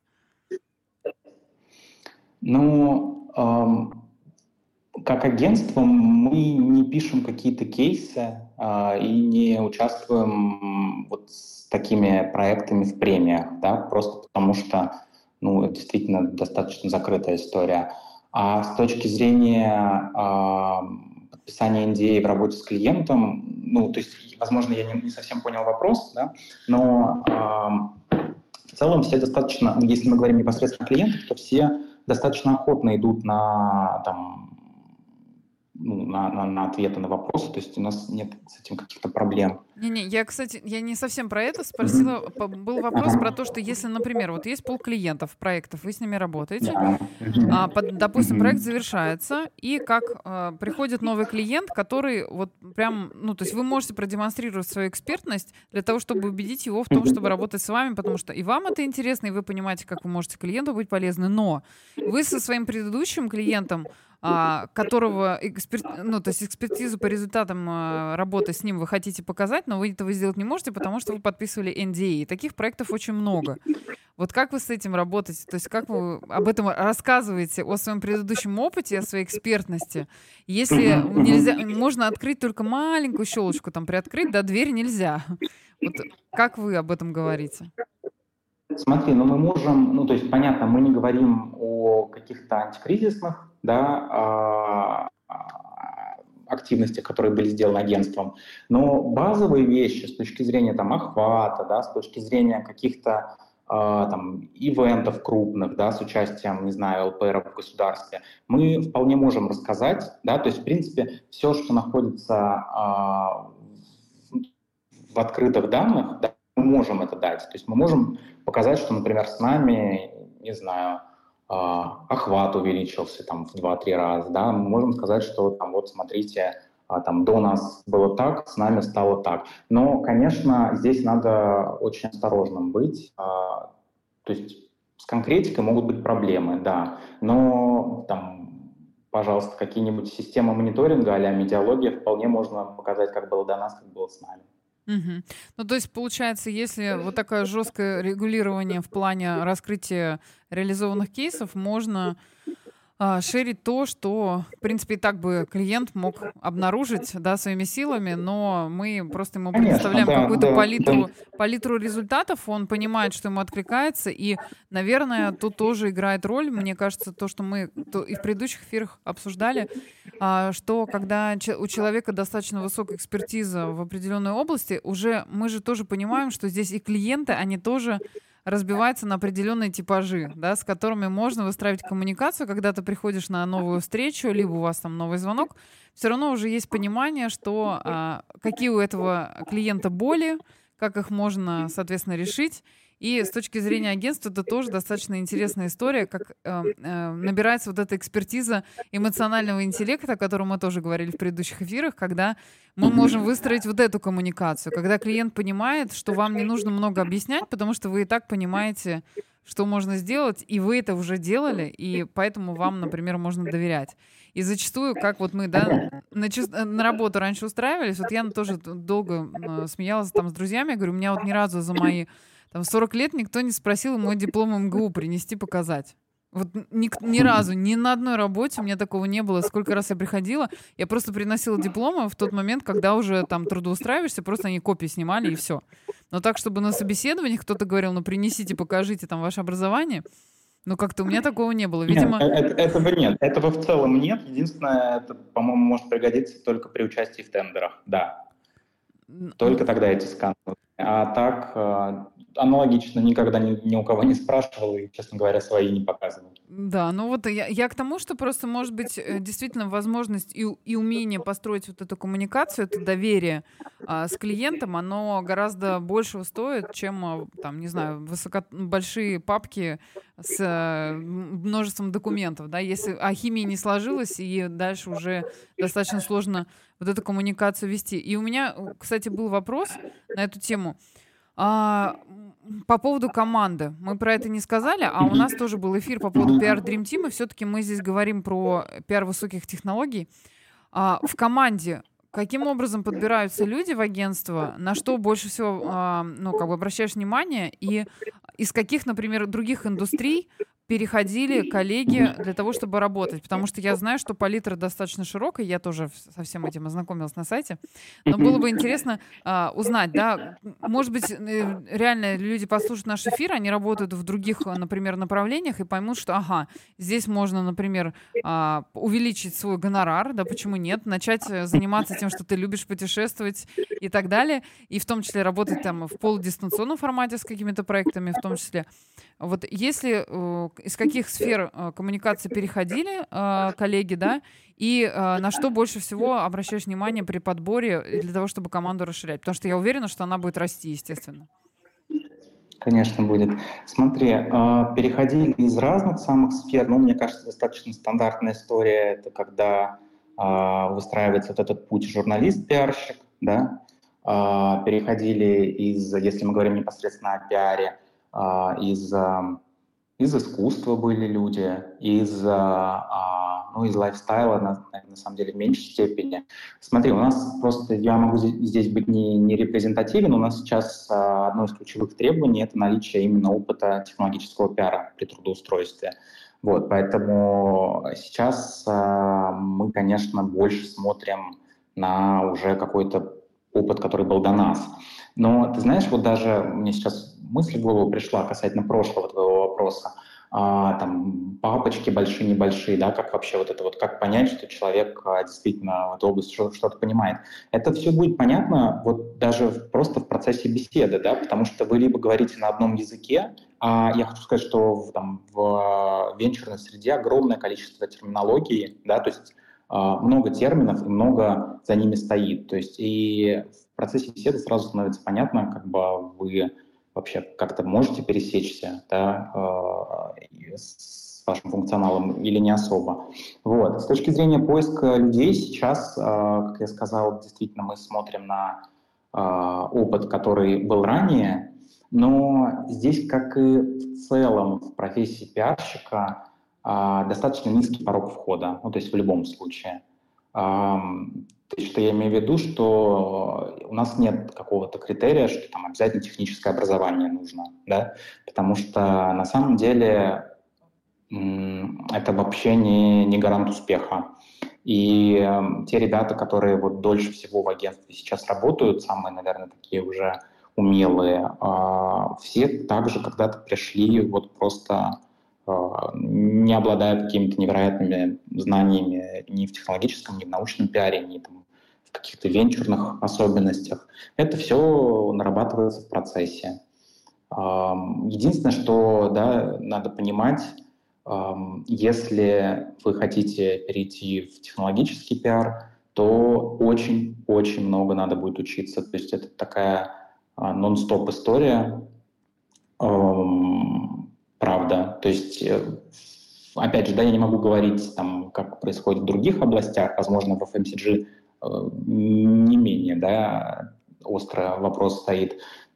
Как агентство мы не пишем какие-то кейсы и не участвуем вот с такими проектами в премиях, да, просто потому что, это действительно достаточно закрытая история. А с точки зрения подписания NDA в работе с клиентом, то есть, возможно, я не совсем понял вопрос, да, но в целом все достаточно, если мы говорим непосредственно о клиентах, то все достаточно охотно идут на на ответы на вопросы, то есть у нас нет с этим каких-то проблем. Не-не, кстати, я не совсем про это Мгм. спросила. Был вопрос про Ага. то, что если, например, вот есть пул клиентов, проектов, вы с ними работаете, Да. Мгм. допустим, проект Мгм. завершается, и как приходит новый клиент, который вот прям, то есть вы можете продемонстрировать свою экспертность для того, чтобы убедить его в том, чтобы Мгм. работать с вами, потому что и вам это интересно, и вы понимаете, как вы можете клиенту быть полезны, но вы со своим предыдущим клиентом, которого то есть экспертизу по результатам работы с ним вы хотите показать, но вы этого сделать не можете, потому что вы подписывали NDA. И таких проектов очень много. Вот как вы с этим работаете? То есть как вы об этом рассказываете, о своем предыдущем опыте, о своей экспертности? Если Мгм. нельзя, Мгм. можно открыть только маленькую щелочку, там приоткрыть, да, дверь нельзя. Вот как вы об этом говорите? Смотри, мы можем, то есть, понятно, мы не говорим о каких-то антикризисных, да, активностях, которые были сделаны агентством, но базовые вещи с точки зрения там охвата, да, с точки зрения каких-то там ивентов крупных, да, с участием, не знаю, ЛПРов в государстве, мы вполне можем рассказать, да, то есть, в принципе, все, что находится в открытых данных, да, мы можем это дать. То есть мы можем показать, что, например, с нами, не знаю, охват увеличился там в 2-3 раза, да, мы можем сказать, что там вот смотрите, там до нас было так, с нами стало так. Но, конечно, здесь надо очень осторожным быть, то есть с конкретикой могут быть проблемы, да, но там, пожалуйста, какие-нибудь системы мониторинга а-ля медиалогия вполне можно показать, как было до нас, как было с нами. Мгм. Ну, то есть, получается, если вот такое жесткое регулирование в плане раскрытия реализованных кейсов, можно шерить то, что, в принципе, и так бы клиент мог обнаружить, да, своими силами, но мы просто ему Конечно, предоставляем да, какую-то да, да. палитру результатов, он понимает, что ему откликается, и, наверное, тут тоже играет роль, мне кажется, то, что мы и в предыдущих эфирах обсуждали, что когда у человека достаточно высокая экспертиза в определенной области, уже мы же тоже понимаем, что здесь и клиенты, они тоже разбиваются на определенные типажи, да, с которыми можно выстраивать коммуникацию, когда ты приходишь на новую встречу, либо у вас там новый звонок, все равно уже есть понимание, что какие у этого клиента боли, как их можно, соответственно, решить. И с точки зрения агентства это тоже достаточно интересная история, как набирается вот эта экспертиза эмоционального интеллекта, о котором мы тоже говорили в предыдущих эфирах, когда мы можем Мгм. выстроить вот эту коммуникацию, когда клиент понимает, что вам не нужно много объяснять, потому что вы и так понимаете, что можно сделать, и вы это уже делали, и поэтому вам, например, можно доверять. И зачастую, как вот мы, да, Понятно. на работу раньше устраивались, вот я тоже долго смеялась там с друзьями, я говорю, у меня вот ни разу за мои там 40 лет никто не спросил мой диплом МГУ принести, показать. Вот ни разу, ни на одной работе у меня такого не было. Сколько раз я приходила, я просто приносила дипломы в тот момент, когда уже там трудоустраиваешься, просто они копии снимали и все. Но так, чтобы на собеседованиях кто-то говорил, ну принесите, покажите там ваше образование, ну как-то у меня такого не было. Нет, Видимо, этого нет. Этого в целом нет. Единственное, это, по-моему, может пригодиться только при участии в тендерах. Да, ну, только тогда эти скандалы. А так, аналогично никогда ни у кого не спрашивал и, честно говоря, свои не показывал. да, ну вот я к тому, что просто может быть действительно возможность и умение построить вот эту коммуникацию, это доверие с клиентом, оно гораздо большего стоит, чем там, не знаю, большие папки с множеством документов, да, если о химии не сложилось, и дальше уже достаточно сложно вот эту коммуникацию вести. И у меня, кстати, был вопрос на эту тему. По поводу команды. Мы про это не сказали, а у нас Мгм. тоже был эфир по поводу PR Мгм. Dream Team, и все-таки мы здесь говорим про пиар высоких технологий. В команде каким образом подбираются люди в агентство, на что больше всего, ну, как бы обращаешь внимание, и из каких, например, других индустрий переходили коллеги для того, чтобы работать? Потому что я знаю, что палитра достаточно широкая, я тоже со всем этим ознакомилась на сайте, но было бы Мгм. интересно узнать, да, может быть, реально люди послушают наш эфир, они работают в других, например, направлениях и поймут, что, ага, здесь можно, например, увеличить свой гонорар, да, почему нет, начать заниматься тем, что ты любишь путешествовать и так далее, и в том числе работать там в полудистанционном формате с какими-то проектами в том числе. Вот если из каких сфер коммуникации переходили коллеги, да, и на что больше всего обращаешь внимание при подборе для того, чтобы команду расширять? Потому что я уверена, что она будет расти, естественно. Конечно, будет. Смотри, переходили из разных самых сфер, ну, мне кажется, достаточно стандартная история, это когда выстраивается вот этот путь журналист-пиарщик, да, переходили из, если мы говорим непосредственно о пиаре, из искусства были люди, из лайфстайла, на самом деле, в меньшей степени. Смотри, у нас просто, я могу здесь быть не репрезентативен, у нас сейчас одно из ключевых требований – это наличие именно опыта технологического пиара при трудоустройстве. Вот, поэтому сейчас мы, конечно, больше смотрим на уже какой-то опыт, который был до нас. Но ты знаешь, вот даже мне сейчас мысль в голову пришла касательно прошлого твоего вопроса. Там папочки большие, небольшие, да, как вообще вот это вот, как понять, что человек действительно в этой области что-то понимает. Это все будет понятно вот даже просто в процессе беседы, да, потому что вы либо говорите на одном языке, а я хочу сказать, что в венчурной среде огромное количество терминологии, да, то есть много терминов и много за ними стоит. То есть и в процессе беседы сразу становится понятно, как бы вы вообще как-то можете пересечься, да, с вашим функционалом или не особо. Вот. С точки зрения поиска людей сейчас, как я сказал, действительно мы смотрим на опыт, который был ранее, но здесь, как и в целом в профессии пиарщика, достаточно низкий порог входа, ну, то есть в любом случае. Что я имею в виду, что у нас нет какого-то критерия, что там обязательно техническое образование нужно, да, потому что на самом деле это вообще не гарант успеха. И те ребята, которые вот дольше всего в агентстве сейчас работают, самые, наверное, такие уже умелые, все также когда-то пришли вот просто не обладая какими-то невероятными знаниями ни в технологическом, ни в научном пиаре, ни там, в каких-то венчурных особенностях. Это все нарабатывается в процессе. Единственное, что да, надо понимать, если вы хотите перейти в технологический пиар, то очень-очень много надо будет учиться. То есть это такая нон-стоп история, правда. То есть, опять же, да, я не могу говорить, там, как происходит в других областях, возможно, в FMCG не менее, да, острый вопрос стоит,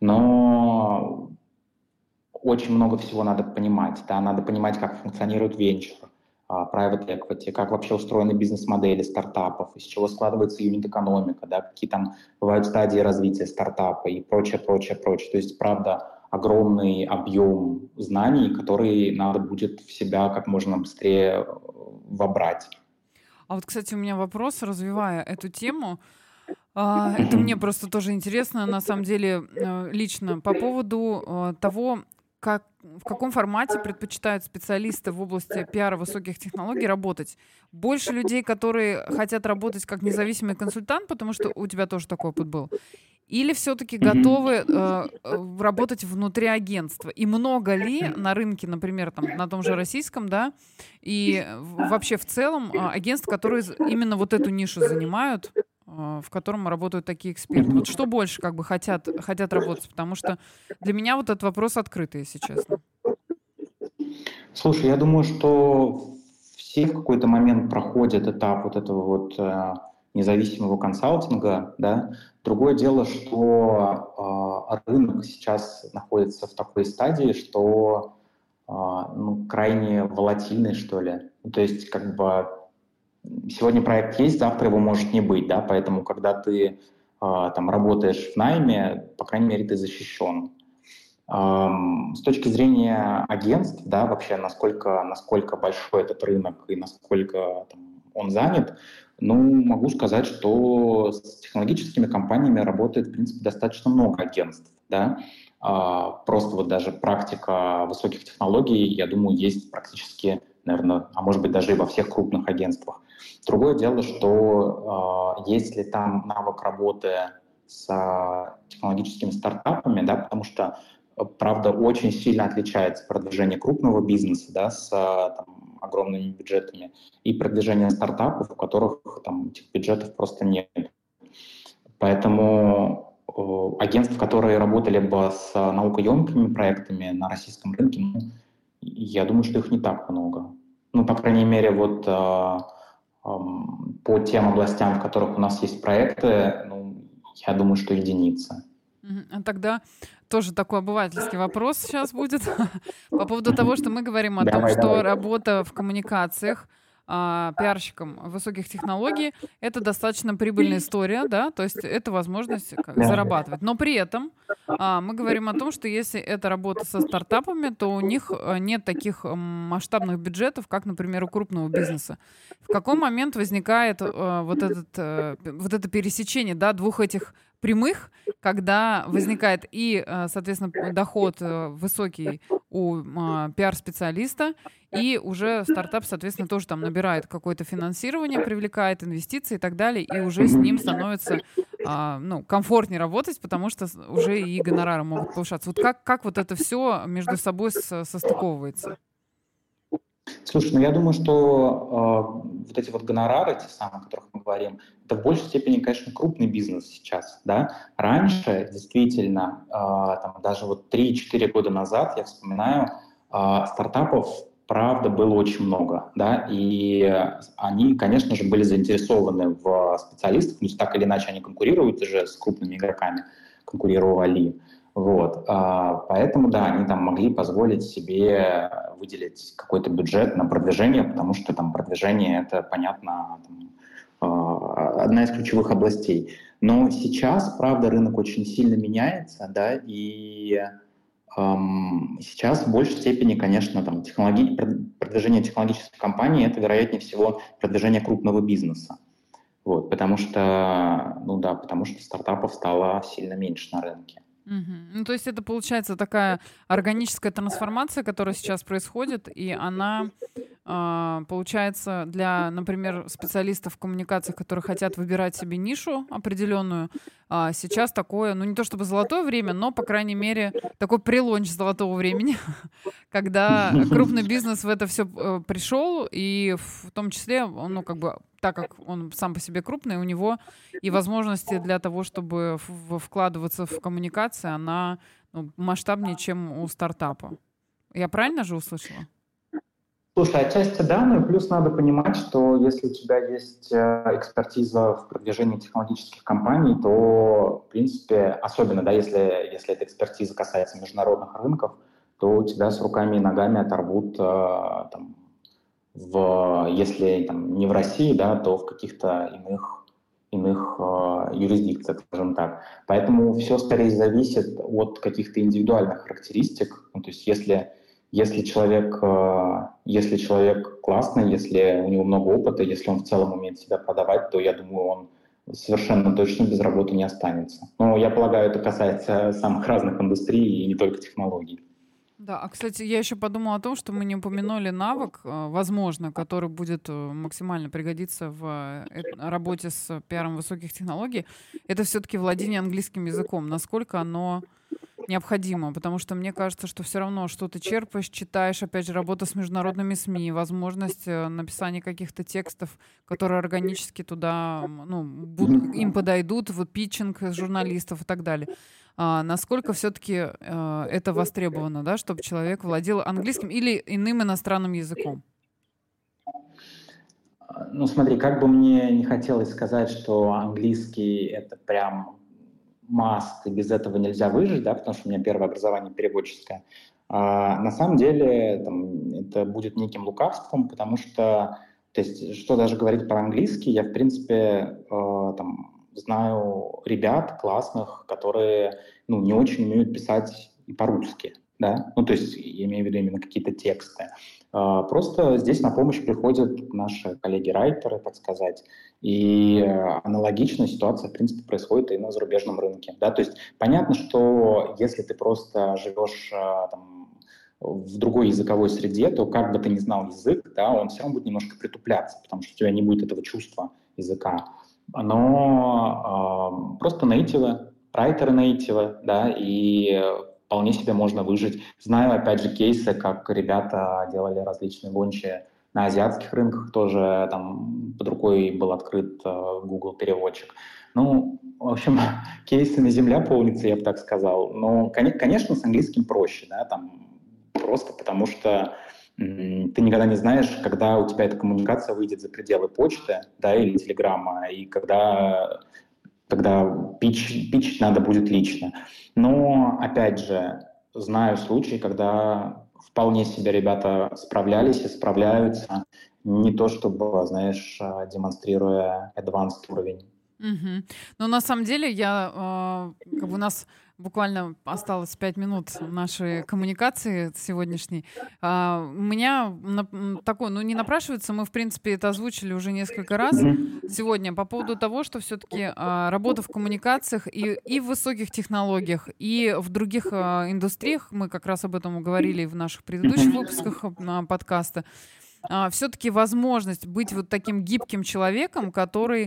но очень много всего надо понимать, да, надо понимать, как функционирует венчур, private equity, как вообще устроены бизнес-модели стартапов, из чего складывается юнит-экономика, да, какие там бывают стадии развития стартапа и прочее, прочее, прочее. То есть, правда, огромный объем знаний, который надо будет в себя как можно быстрее вобрать. А вот, кстати, у меня вопрос, развивая эту тему. Это мне просто тоже интересно, на самом деле, лично по поводу того, в каком формате предпочитают специалисты в области пиара высоких технологий работать. Больше людей, которые хотят работать как независимый консультант, потому что у тебя тоже такой опыт был, или все-таки готовы работать внутри агентства? И много ли на рынке, например, там, на том же российском, да, и вообще в целом агентств, которые именно вот эту нишу занимают, в котором работают такие эксперты? Вот что больше как бы хотят работать? Потому что для меня вот этот вопрос открытый, если честно. Слушай, я думаю, что все в какой-то момент проходят этап вот этого вот независимого консалтинга, да. Другое дело, что рынок сейчас находится в такой стадии, что крайне волатильный, что ли. То есть как бы сегодня проект есть, завтра его может не быть, да, поэтому когда ты там работаешь в найме, по крайней мере, ты защищен. С точки зрения агентств, да, вообще насколько большой этот рынок и насколько там, он занят, могу сказать, что с технологическими компаниями работает, в принципе, достаточно много агентств, да. Просто вот даже практика высоких технологий, я думаю, есть практически, наверное, а может быть даже и во всех крупных агентствах. Другое дело, что если там навык работы с технологическими стартапами, да, потому что правда, очень сильно отличается продвижение крупного бизнеса, да, с там, огромными бюджетами, и продвижение стартапов, у которых там этих бюджетов просто нет. Поэтому агентств, которые работали бы с наукоемкими проектами на российском рынке, ну, я думаю, что их не так много. Ну, по крайней мере, вот по тем областям, в которых у нас есть проекты, ну, я думаю, что единицы. А тогда тоже такой обывательский вопрос сейчас будет по поводу того, что мы говорим о том, Давай, что давай. работа в коммуникациях пиарщиком высоких технологий — это достаточно прибыльная история, да, то есть это возможность Да. зарабатывать. Но при этом мы говорим о том, что если это работа со стартапами, то у них нет таких масштабных бюджетов, как, например, у крупного бизнеса. В какой момент возникает вот это пересечение, да, двух этих прямых, когда возникает и, соответственно, доход высокий у пиар-специалиста, и уже стартап, соответственно, тоже там набирает какое-то финансирование, привлекает инвестиции и так далее, и уже с ним становится комфортнее работать, потому что уже и гонорары могут повышаться. Вот как вот это все между собой состыковывается? Слушай, ну я думаю, что вот эти вот гонорары, те самые, о которых мы говорим, это в большей степени, конечно, крупный бизнес сейчас, да. Раньше, действительно, там, даже вот 3-4 года назад, я вспоминаю, стартапов, правда, было очень много, да, и они, конечно же, были заинтересованы в специалистах, то есть так или иначе они конкурируют уже с крупными игроками, конкурировали. Вот, поэтому, да, они там могли позволить себе выделить какой-то бюджет на продвижение, потому что там продвижение — это, понятно, там, одна из ключевых областей. Но сейчас, правда, рынок очень сильно меняется, да, и сейчас в большей степени, конечно, там, продвижение технологических компаний — это, вероятнее всего, продвижение крупного бизнеса. Вот, потому что стартапов стало сильно меньше на рынке. Мгм. Ну, то есть это получается такая органическая трансформация, которая сейчас происходит, и она получается для, например, специалистов в коммуникациях, которые хотят выбирать себе нишу определенную, сейчас такое, ну не то чтобы золотое время, но, по крайней мере, такой прелонч золотого времени, когда крупный бизнес в это все пришел, и в том числе, ну как бы, так как он сам по себе крупный, у него и возможности для того, чтобы вкладываться в коммуникации, она масштабнее, чем у стартапа. Я правильно же услышала? Слушай, отчасти да, но и плюс надо понимать, что если у тебя есть экспертиза в продвижении технологических компаний, то, в принципе, особенно, да, если эта экспертиза касается международных рынков, то у тебя с руками и ногами оторвут, там, если там, не в России, да, то в каких-то иных юрисдикциях, скажем так. Поэтому все скорее зависит от каких-то индивидуальных характеристик. Ну, то есть если человек классный, если у него много опыта, если он в целом умеет себя продавать, то, я думаю, он совершенно точно без работы не останется. Но я полагаю, это касается самых разных индустрий и не только технологий. Да, кстати, я еще подумала о том, что мы не упомянули навык, возможно, который будет максимально пригодиться в работе с пиаром высоких технологий. Это все-таки владение английским языком. Насколько оно необходимо, потому что мне кажется, что все равно что ты черпаешь, читаешь, опять же, работа с международными СМИ, возможность написания каких-то текстов, которые органически туда, им подойдут, вот питчинг журналистов и так далее. Насколько все-таки это востребовано, да, чтобы человек владел английским или иным иностранным языком? Ну, смотри, как бы мне не хотелось сказать, что английский — это прям маст, и без этого нельзя выжить, да, потому что у меня первое образование переводческое. На самом деле там, это будет неким лукавством, потому что, то есть, что даже говорить про английский, я, в принципе, там, знаю ребят классных, которые, ну, не очень умеют писать и по-русски, да, ну, то есть, я имею в виду именно какие-то тексты. Просто здесь на помощь приходят наши коллеги-райтеры, так сказать, и аналогичная ситуация, в принципе, происходит и на зарубежном рынке. Да? То есть понятно, что если ты просто живешь там, в другой языковой среде, то как бы ты ни знал язык, да, он все равно будет немножко притупляться, потому что у тебя не будет этого чувства языка. Но просто нейтивы, райтеры нейтивы, да, и вполне себе можно выжить. Знаю, опять же, кейсы, как ребята делали различные гончие на азиатских рынках, тоже там под рукой был открыт Google переводчик. Ну, в общем, кейсами земля полнится, я бы так сказал. Но, конечно, с английским проще, да, там просто потому что ты никогда не знаешь, когда у тебя эта коммуникация выйдет за пределы почты, да, или телеграмма, и когда питчить надо будет лично. Но, опять же, знаю случаи, когда вполне себе ребята справлялись и справляются, не то чтобы, знаешь, демонстрируя advanced уровень. Мгм. Но на самом деле как бы у нас буквально осталось 5 минут нашей коммуникации сегодняшней. У меня такое, ну не напрашивается, мы в принципе это озвучили уже несколько раз Мгм. сегодня по поводу того, что все-таки работа в коммуникациях и в высоких технологиях, и в других индустриях, мы как раз об этом говорили и в наших предыдущих Мгм. выпусках подкаста, все-таки возможность быть вот таким гибким человеком, который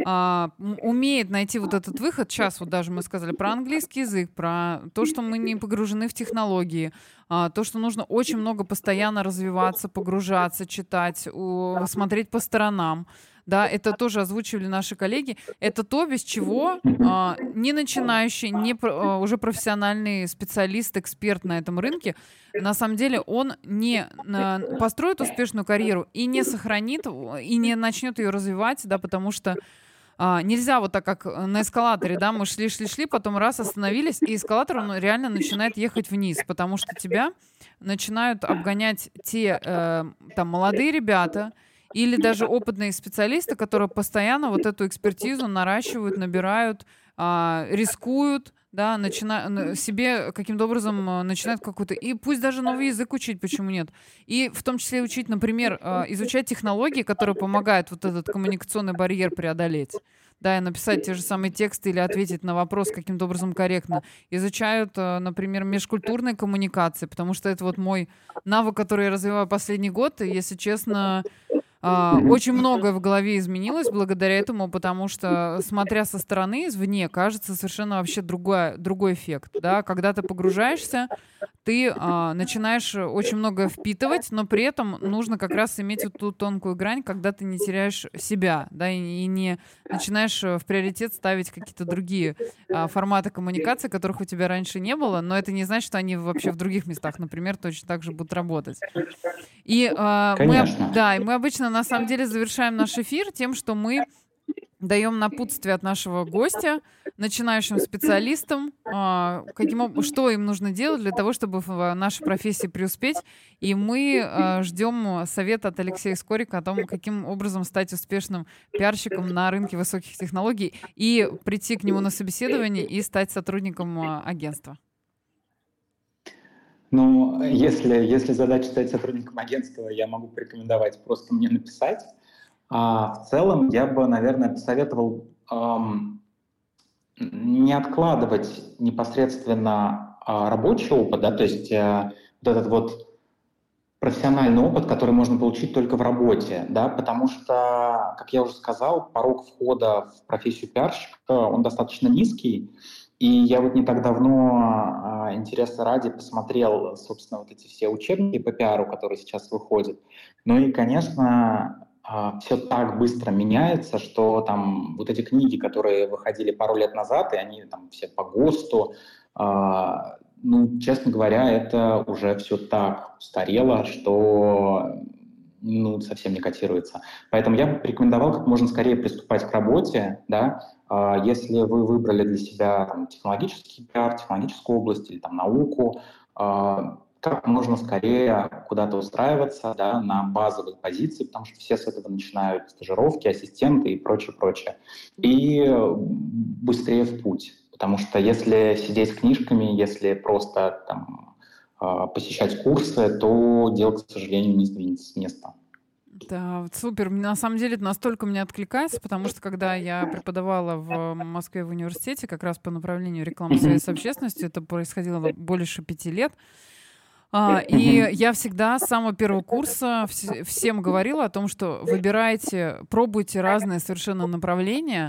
умеет найти вот этот выход. Сейчас вот даже мы сказали про английский язык, про то, что мы не погружены в технологии, то, что нужно очень много постоянно развиваться, погружаться, читать, смотреть по сторонам. Да, это тоже озвучивали наши коллеги. Это то, без чего не начинающий, уже профессиональный специалист, эксперт на этом рынке, на самом деле он не построит успешную карьеру и не сохранит, и не начнет ее развивать, да, потому что нельзя вот так, как на эскалаторе, да, мы шли, потом раз остановились, и эскалатор, он реально начинает ехать вниз, потому что тебя начинают обгонять те там молодые ребята или даже опытные специалисты, которые постоянно вот эту экспертизу наращивают, набирают, рискуют, да, себе каким-то образом начинают какой-то... И пусть даже новый язык учить, почему нет? И в том числе учить, например, изучать технологии, которые помогают вот этот коммуникационный барьер преодолеть. Да, и написать те же самые тексты или ответить на вопрос каким-то образом корректно. Изучают, например, межкультурные коммуникации, потому что это вот мой навык, который я развиваю последний год. И, если честно, очень многое в голове изменилось благодаря этому, потому что, смотря со стороны, извне, кажется совершенно вообще другой эффект. Да? Когда ты погружаешься, ты начинаешь очень многое впитывать, но при этом нужно как раз иметь вот ту тонкую грань, когда ты не теряешь себя, да, и не начинаешь в приоритет ставить какие-то другие форматы коммуникации, которых у тебя раньше не было, но это не значит, что они вообще в других местах, например, точно так же будут работать. И Конечно. мы обычно на самом деле завершаем наш эфир тем, что мы даем напутствие от нашего гостя начинающим специалистам, что им нужно делать для того, чтобы в нашей профессии преуспеть. И мы ждем совета от Алексея Скорика о том, каким образом стать успешным пиарщиком на рынке высоких технологий и прийти к нему на собеседование и стать сотрудником агентства. Ну, если задача стать сотрудником агентства, я могу порекомендовать просто мне написать. А в целом я бы, наверное, посоветовал не откладывать непосредственно рабочий опыт, да, то есть вот этот вот профессиональный опыт, который можно получить только в работе, да, потому что, как я уже сказал, порог входа в профессию пиарщика, он достаточно низкий, и я вот не так давно, интереса ради, посмотрел, собственно, вот эти все учебники по пиару, которые сейчас выходят. Ну и, конечно, все так быстро меняется, что там вот эти книги, которые выходили пару лет назад, и они там все по ГОСТу, ну, честно говоря, это уже все так устарело, что ну, совсем не котируется. Поэтому я бы порекомендовал как можно скорее приступать к работе, да, если вы выбрали для себя там, технологический пиар, технологическую область или там науку, как можно скорее куда-то устраиваться, да, на базовые позиции, потому что все с этого начинают: стажировки, ассистенты и прочее, прочее. И быстрее в путь. Потому что если сидеть с книжками, если просто там, посещать курсы, то дело, к сожалению, не сдвинется с места. Да, вот супер. На самом деле это настолько мне откликается, потому что когда я преподавала в Москве в университете как раз по направлению рекламы связи с общественностью, это происходило больше 5 лет, и я всегда с самого первого курса всем говорила о том, что выбирайте, пробуйте разные совершенно направления,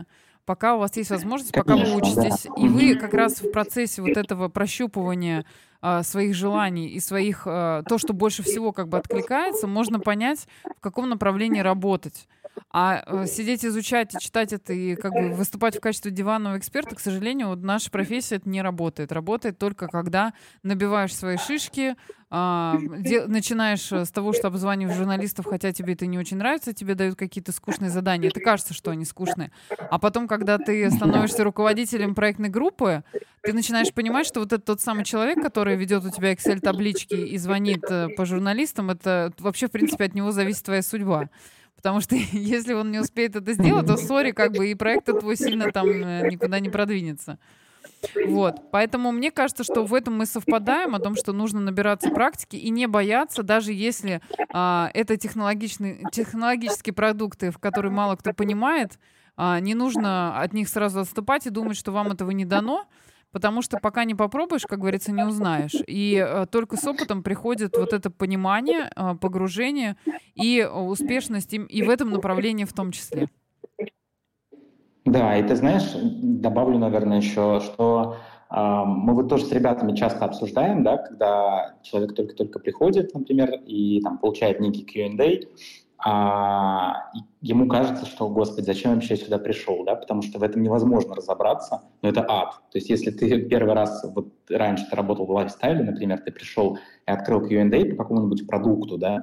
пока у вас есть возможность, пока вы Конечно, да. учитесь. И вы как раз в процессе вот этого прощупывания своих желаний и своих, то, что больше всего как бы откликается, можно понять, в каком направлении работать. Сидеть, изучать и читать это и как бы выступать в качестве диванного эксперта, к сожалению, вот наша профессия это не работает. Работает только когда набиваешь свои шишки, начинаешь с того, что обзваниваешь журналистов, хотя тебе это не очень нравится, тебе дают какие-то скучные задания, это кажется, что они скучные. А потом, когда ты становишься руководителем проектной группы, ты начинаешь понимать, что вот этот тот самый человек, который ведет у тебя Excel-таблички и звонит по журналистам, это вообще, в принципе, от него зависит твоя судьба. Потому что если он не успеет это сделать, то, сори, как бы и проект твой сильно там никуда не продвинется. Вот. Поэтому мне кажется, что в этом мы совпадаем, о том, что нужно набираться практики и не бояться, даже если это технологические продукты, в которые мало кто понимает, не нужно от них сразу отступать и думать, что вам этого не дано, потому что пока не попробуешь, как говорится, не узнаешь. И только с опытом приходит вот это понимание, погружение и успешность и в этом направлении в том числе. Да, и ты знаешь, добавлю, наверное, еще, что мы вот тоже с ребятами часто обсуждаем, да, когда человек только-только приходит, например, и там получает некий Q&A, и ему кажется, что, господи, зачем вообще я сюда пришел, да, потому что в этом невозможно разобраться, но это ад. То есть если ты первый раз, вот раньше ты работал в лайфстайле, например, ты пришел и открыл Q&A по какому-нибудь продукту, да,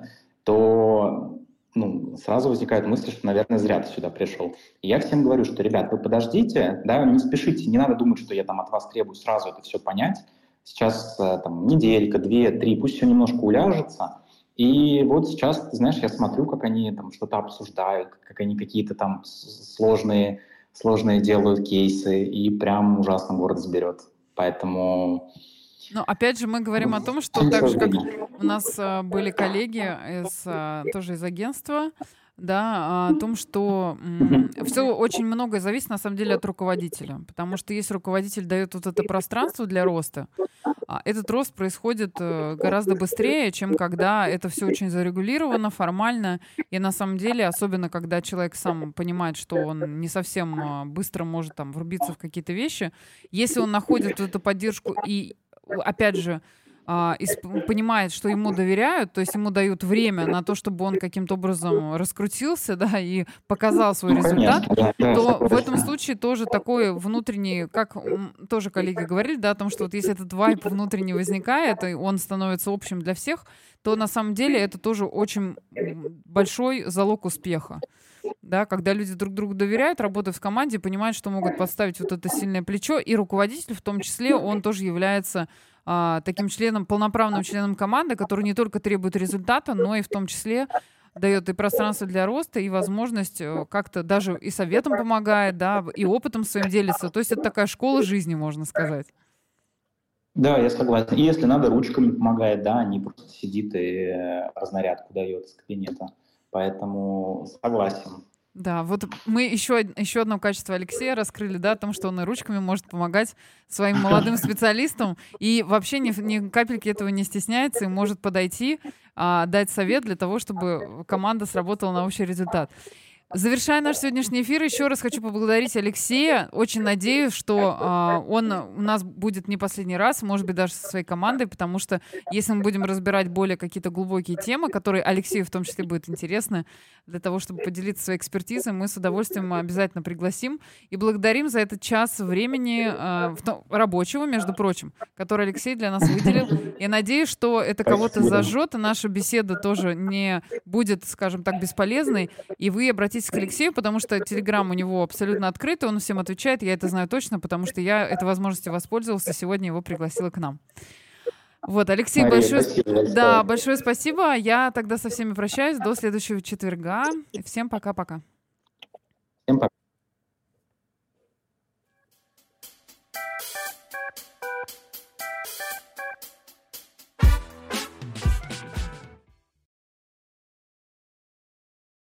то сразу возникает мысль, что, наверное, зря ты сюда пришел. И я всем говорю, что, ребят, вы подождите, да, не спешите, не надо думать, что я там от вас требую сразу это все понять. Сейчас там неделька, 2-3, пусть все немножко уляжется. И вот сейчас, ты знаешь, я смотрю, как они там что-то обсуждают, как они какие-то там сложные делают кейсы, и прям ужасно город сберет. Поэтому... Но опять же мы говорим о том, что так же, как у нас были коллеги тоже из агентства, да, о том, что все очень многое зависит на самом деле от руководителя, потому что если руководитель дает вот это пространство для роста, этот рост происходит гораздо быстрее, чем когда это все очень зарегулировано, формально, и на самом деле, особенно когда человек сам понимает, что он не совсем быстро может там врубиться в какие-то вещи, если он находит эту поддержку и опять же, понимает, что ему доверяют, то есть ему дают время на то, чтобы он каким-то образом раскрутился, да, и показал свой результат, то в этом случае тоже такой внутренний, как тоже коллеги говорили, да, о том, что вот если этот вайб внутренний возникает, и он становится общим для всех, то на самом деле это тоже очень большой залог успеха. Да, когда люди друг другу доверяют, работают в команде, понимают, что могут подставить вот это сильное плечо, и руководитель в том числе, он тоже является таким членом, полноправным членом команды, который не только требует результата, но и в том числе дает и пространство для роста, и возможность как-то даже и советом помогает, да, и опытом своим делится. То есть это такая школа жизни, можно сказать. Да, я согласен. И если надо, ручками помогает, да, не просто сидит и разнарядку дает с кабинета. Поэтому согласен. Да, вот мы еще одно качество Алексея раскрыли, да, о том, что он и ручками может помогать своим молодым специалистам, и вообще ни капельки этого не стесняется, и может подойти, дать совет для того, чтобы команда сработала на общий результат. Завершая наш сегодняшний эфир, еще раз хочу поблагодарить Алексея. Очень надеюсь, что он у нас будет не последний раз, может быть, даже со своей командой, потому что если мы будем разбирать более какие-то глубокие темы, которые Алексею в том числе будут интересны, для того, чтобы поделиться своей экспертизой, мы с удовольствием обязательно пригласим. И благодарим за этот час времени рабочего, между прочим, который Алексей для нас выделил. Я надеюсь, что это кого-то зажжет, и наша беседа тоже не будет, скажем так, бесполезной, и вы обратитесь к Алексею, потому что Телеграм у него абсолютно открытый, он всем отвечает, я это знаю точно, потому что я этой возможностью воспользовался, сегодня его пригласила к нам. Вот, Алексей, Мария, большое спасибо. Я тогда со всеми прощаюсь до следующего четверга. Всем пока-пока. Всем пока.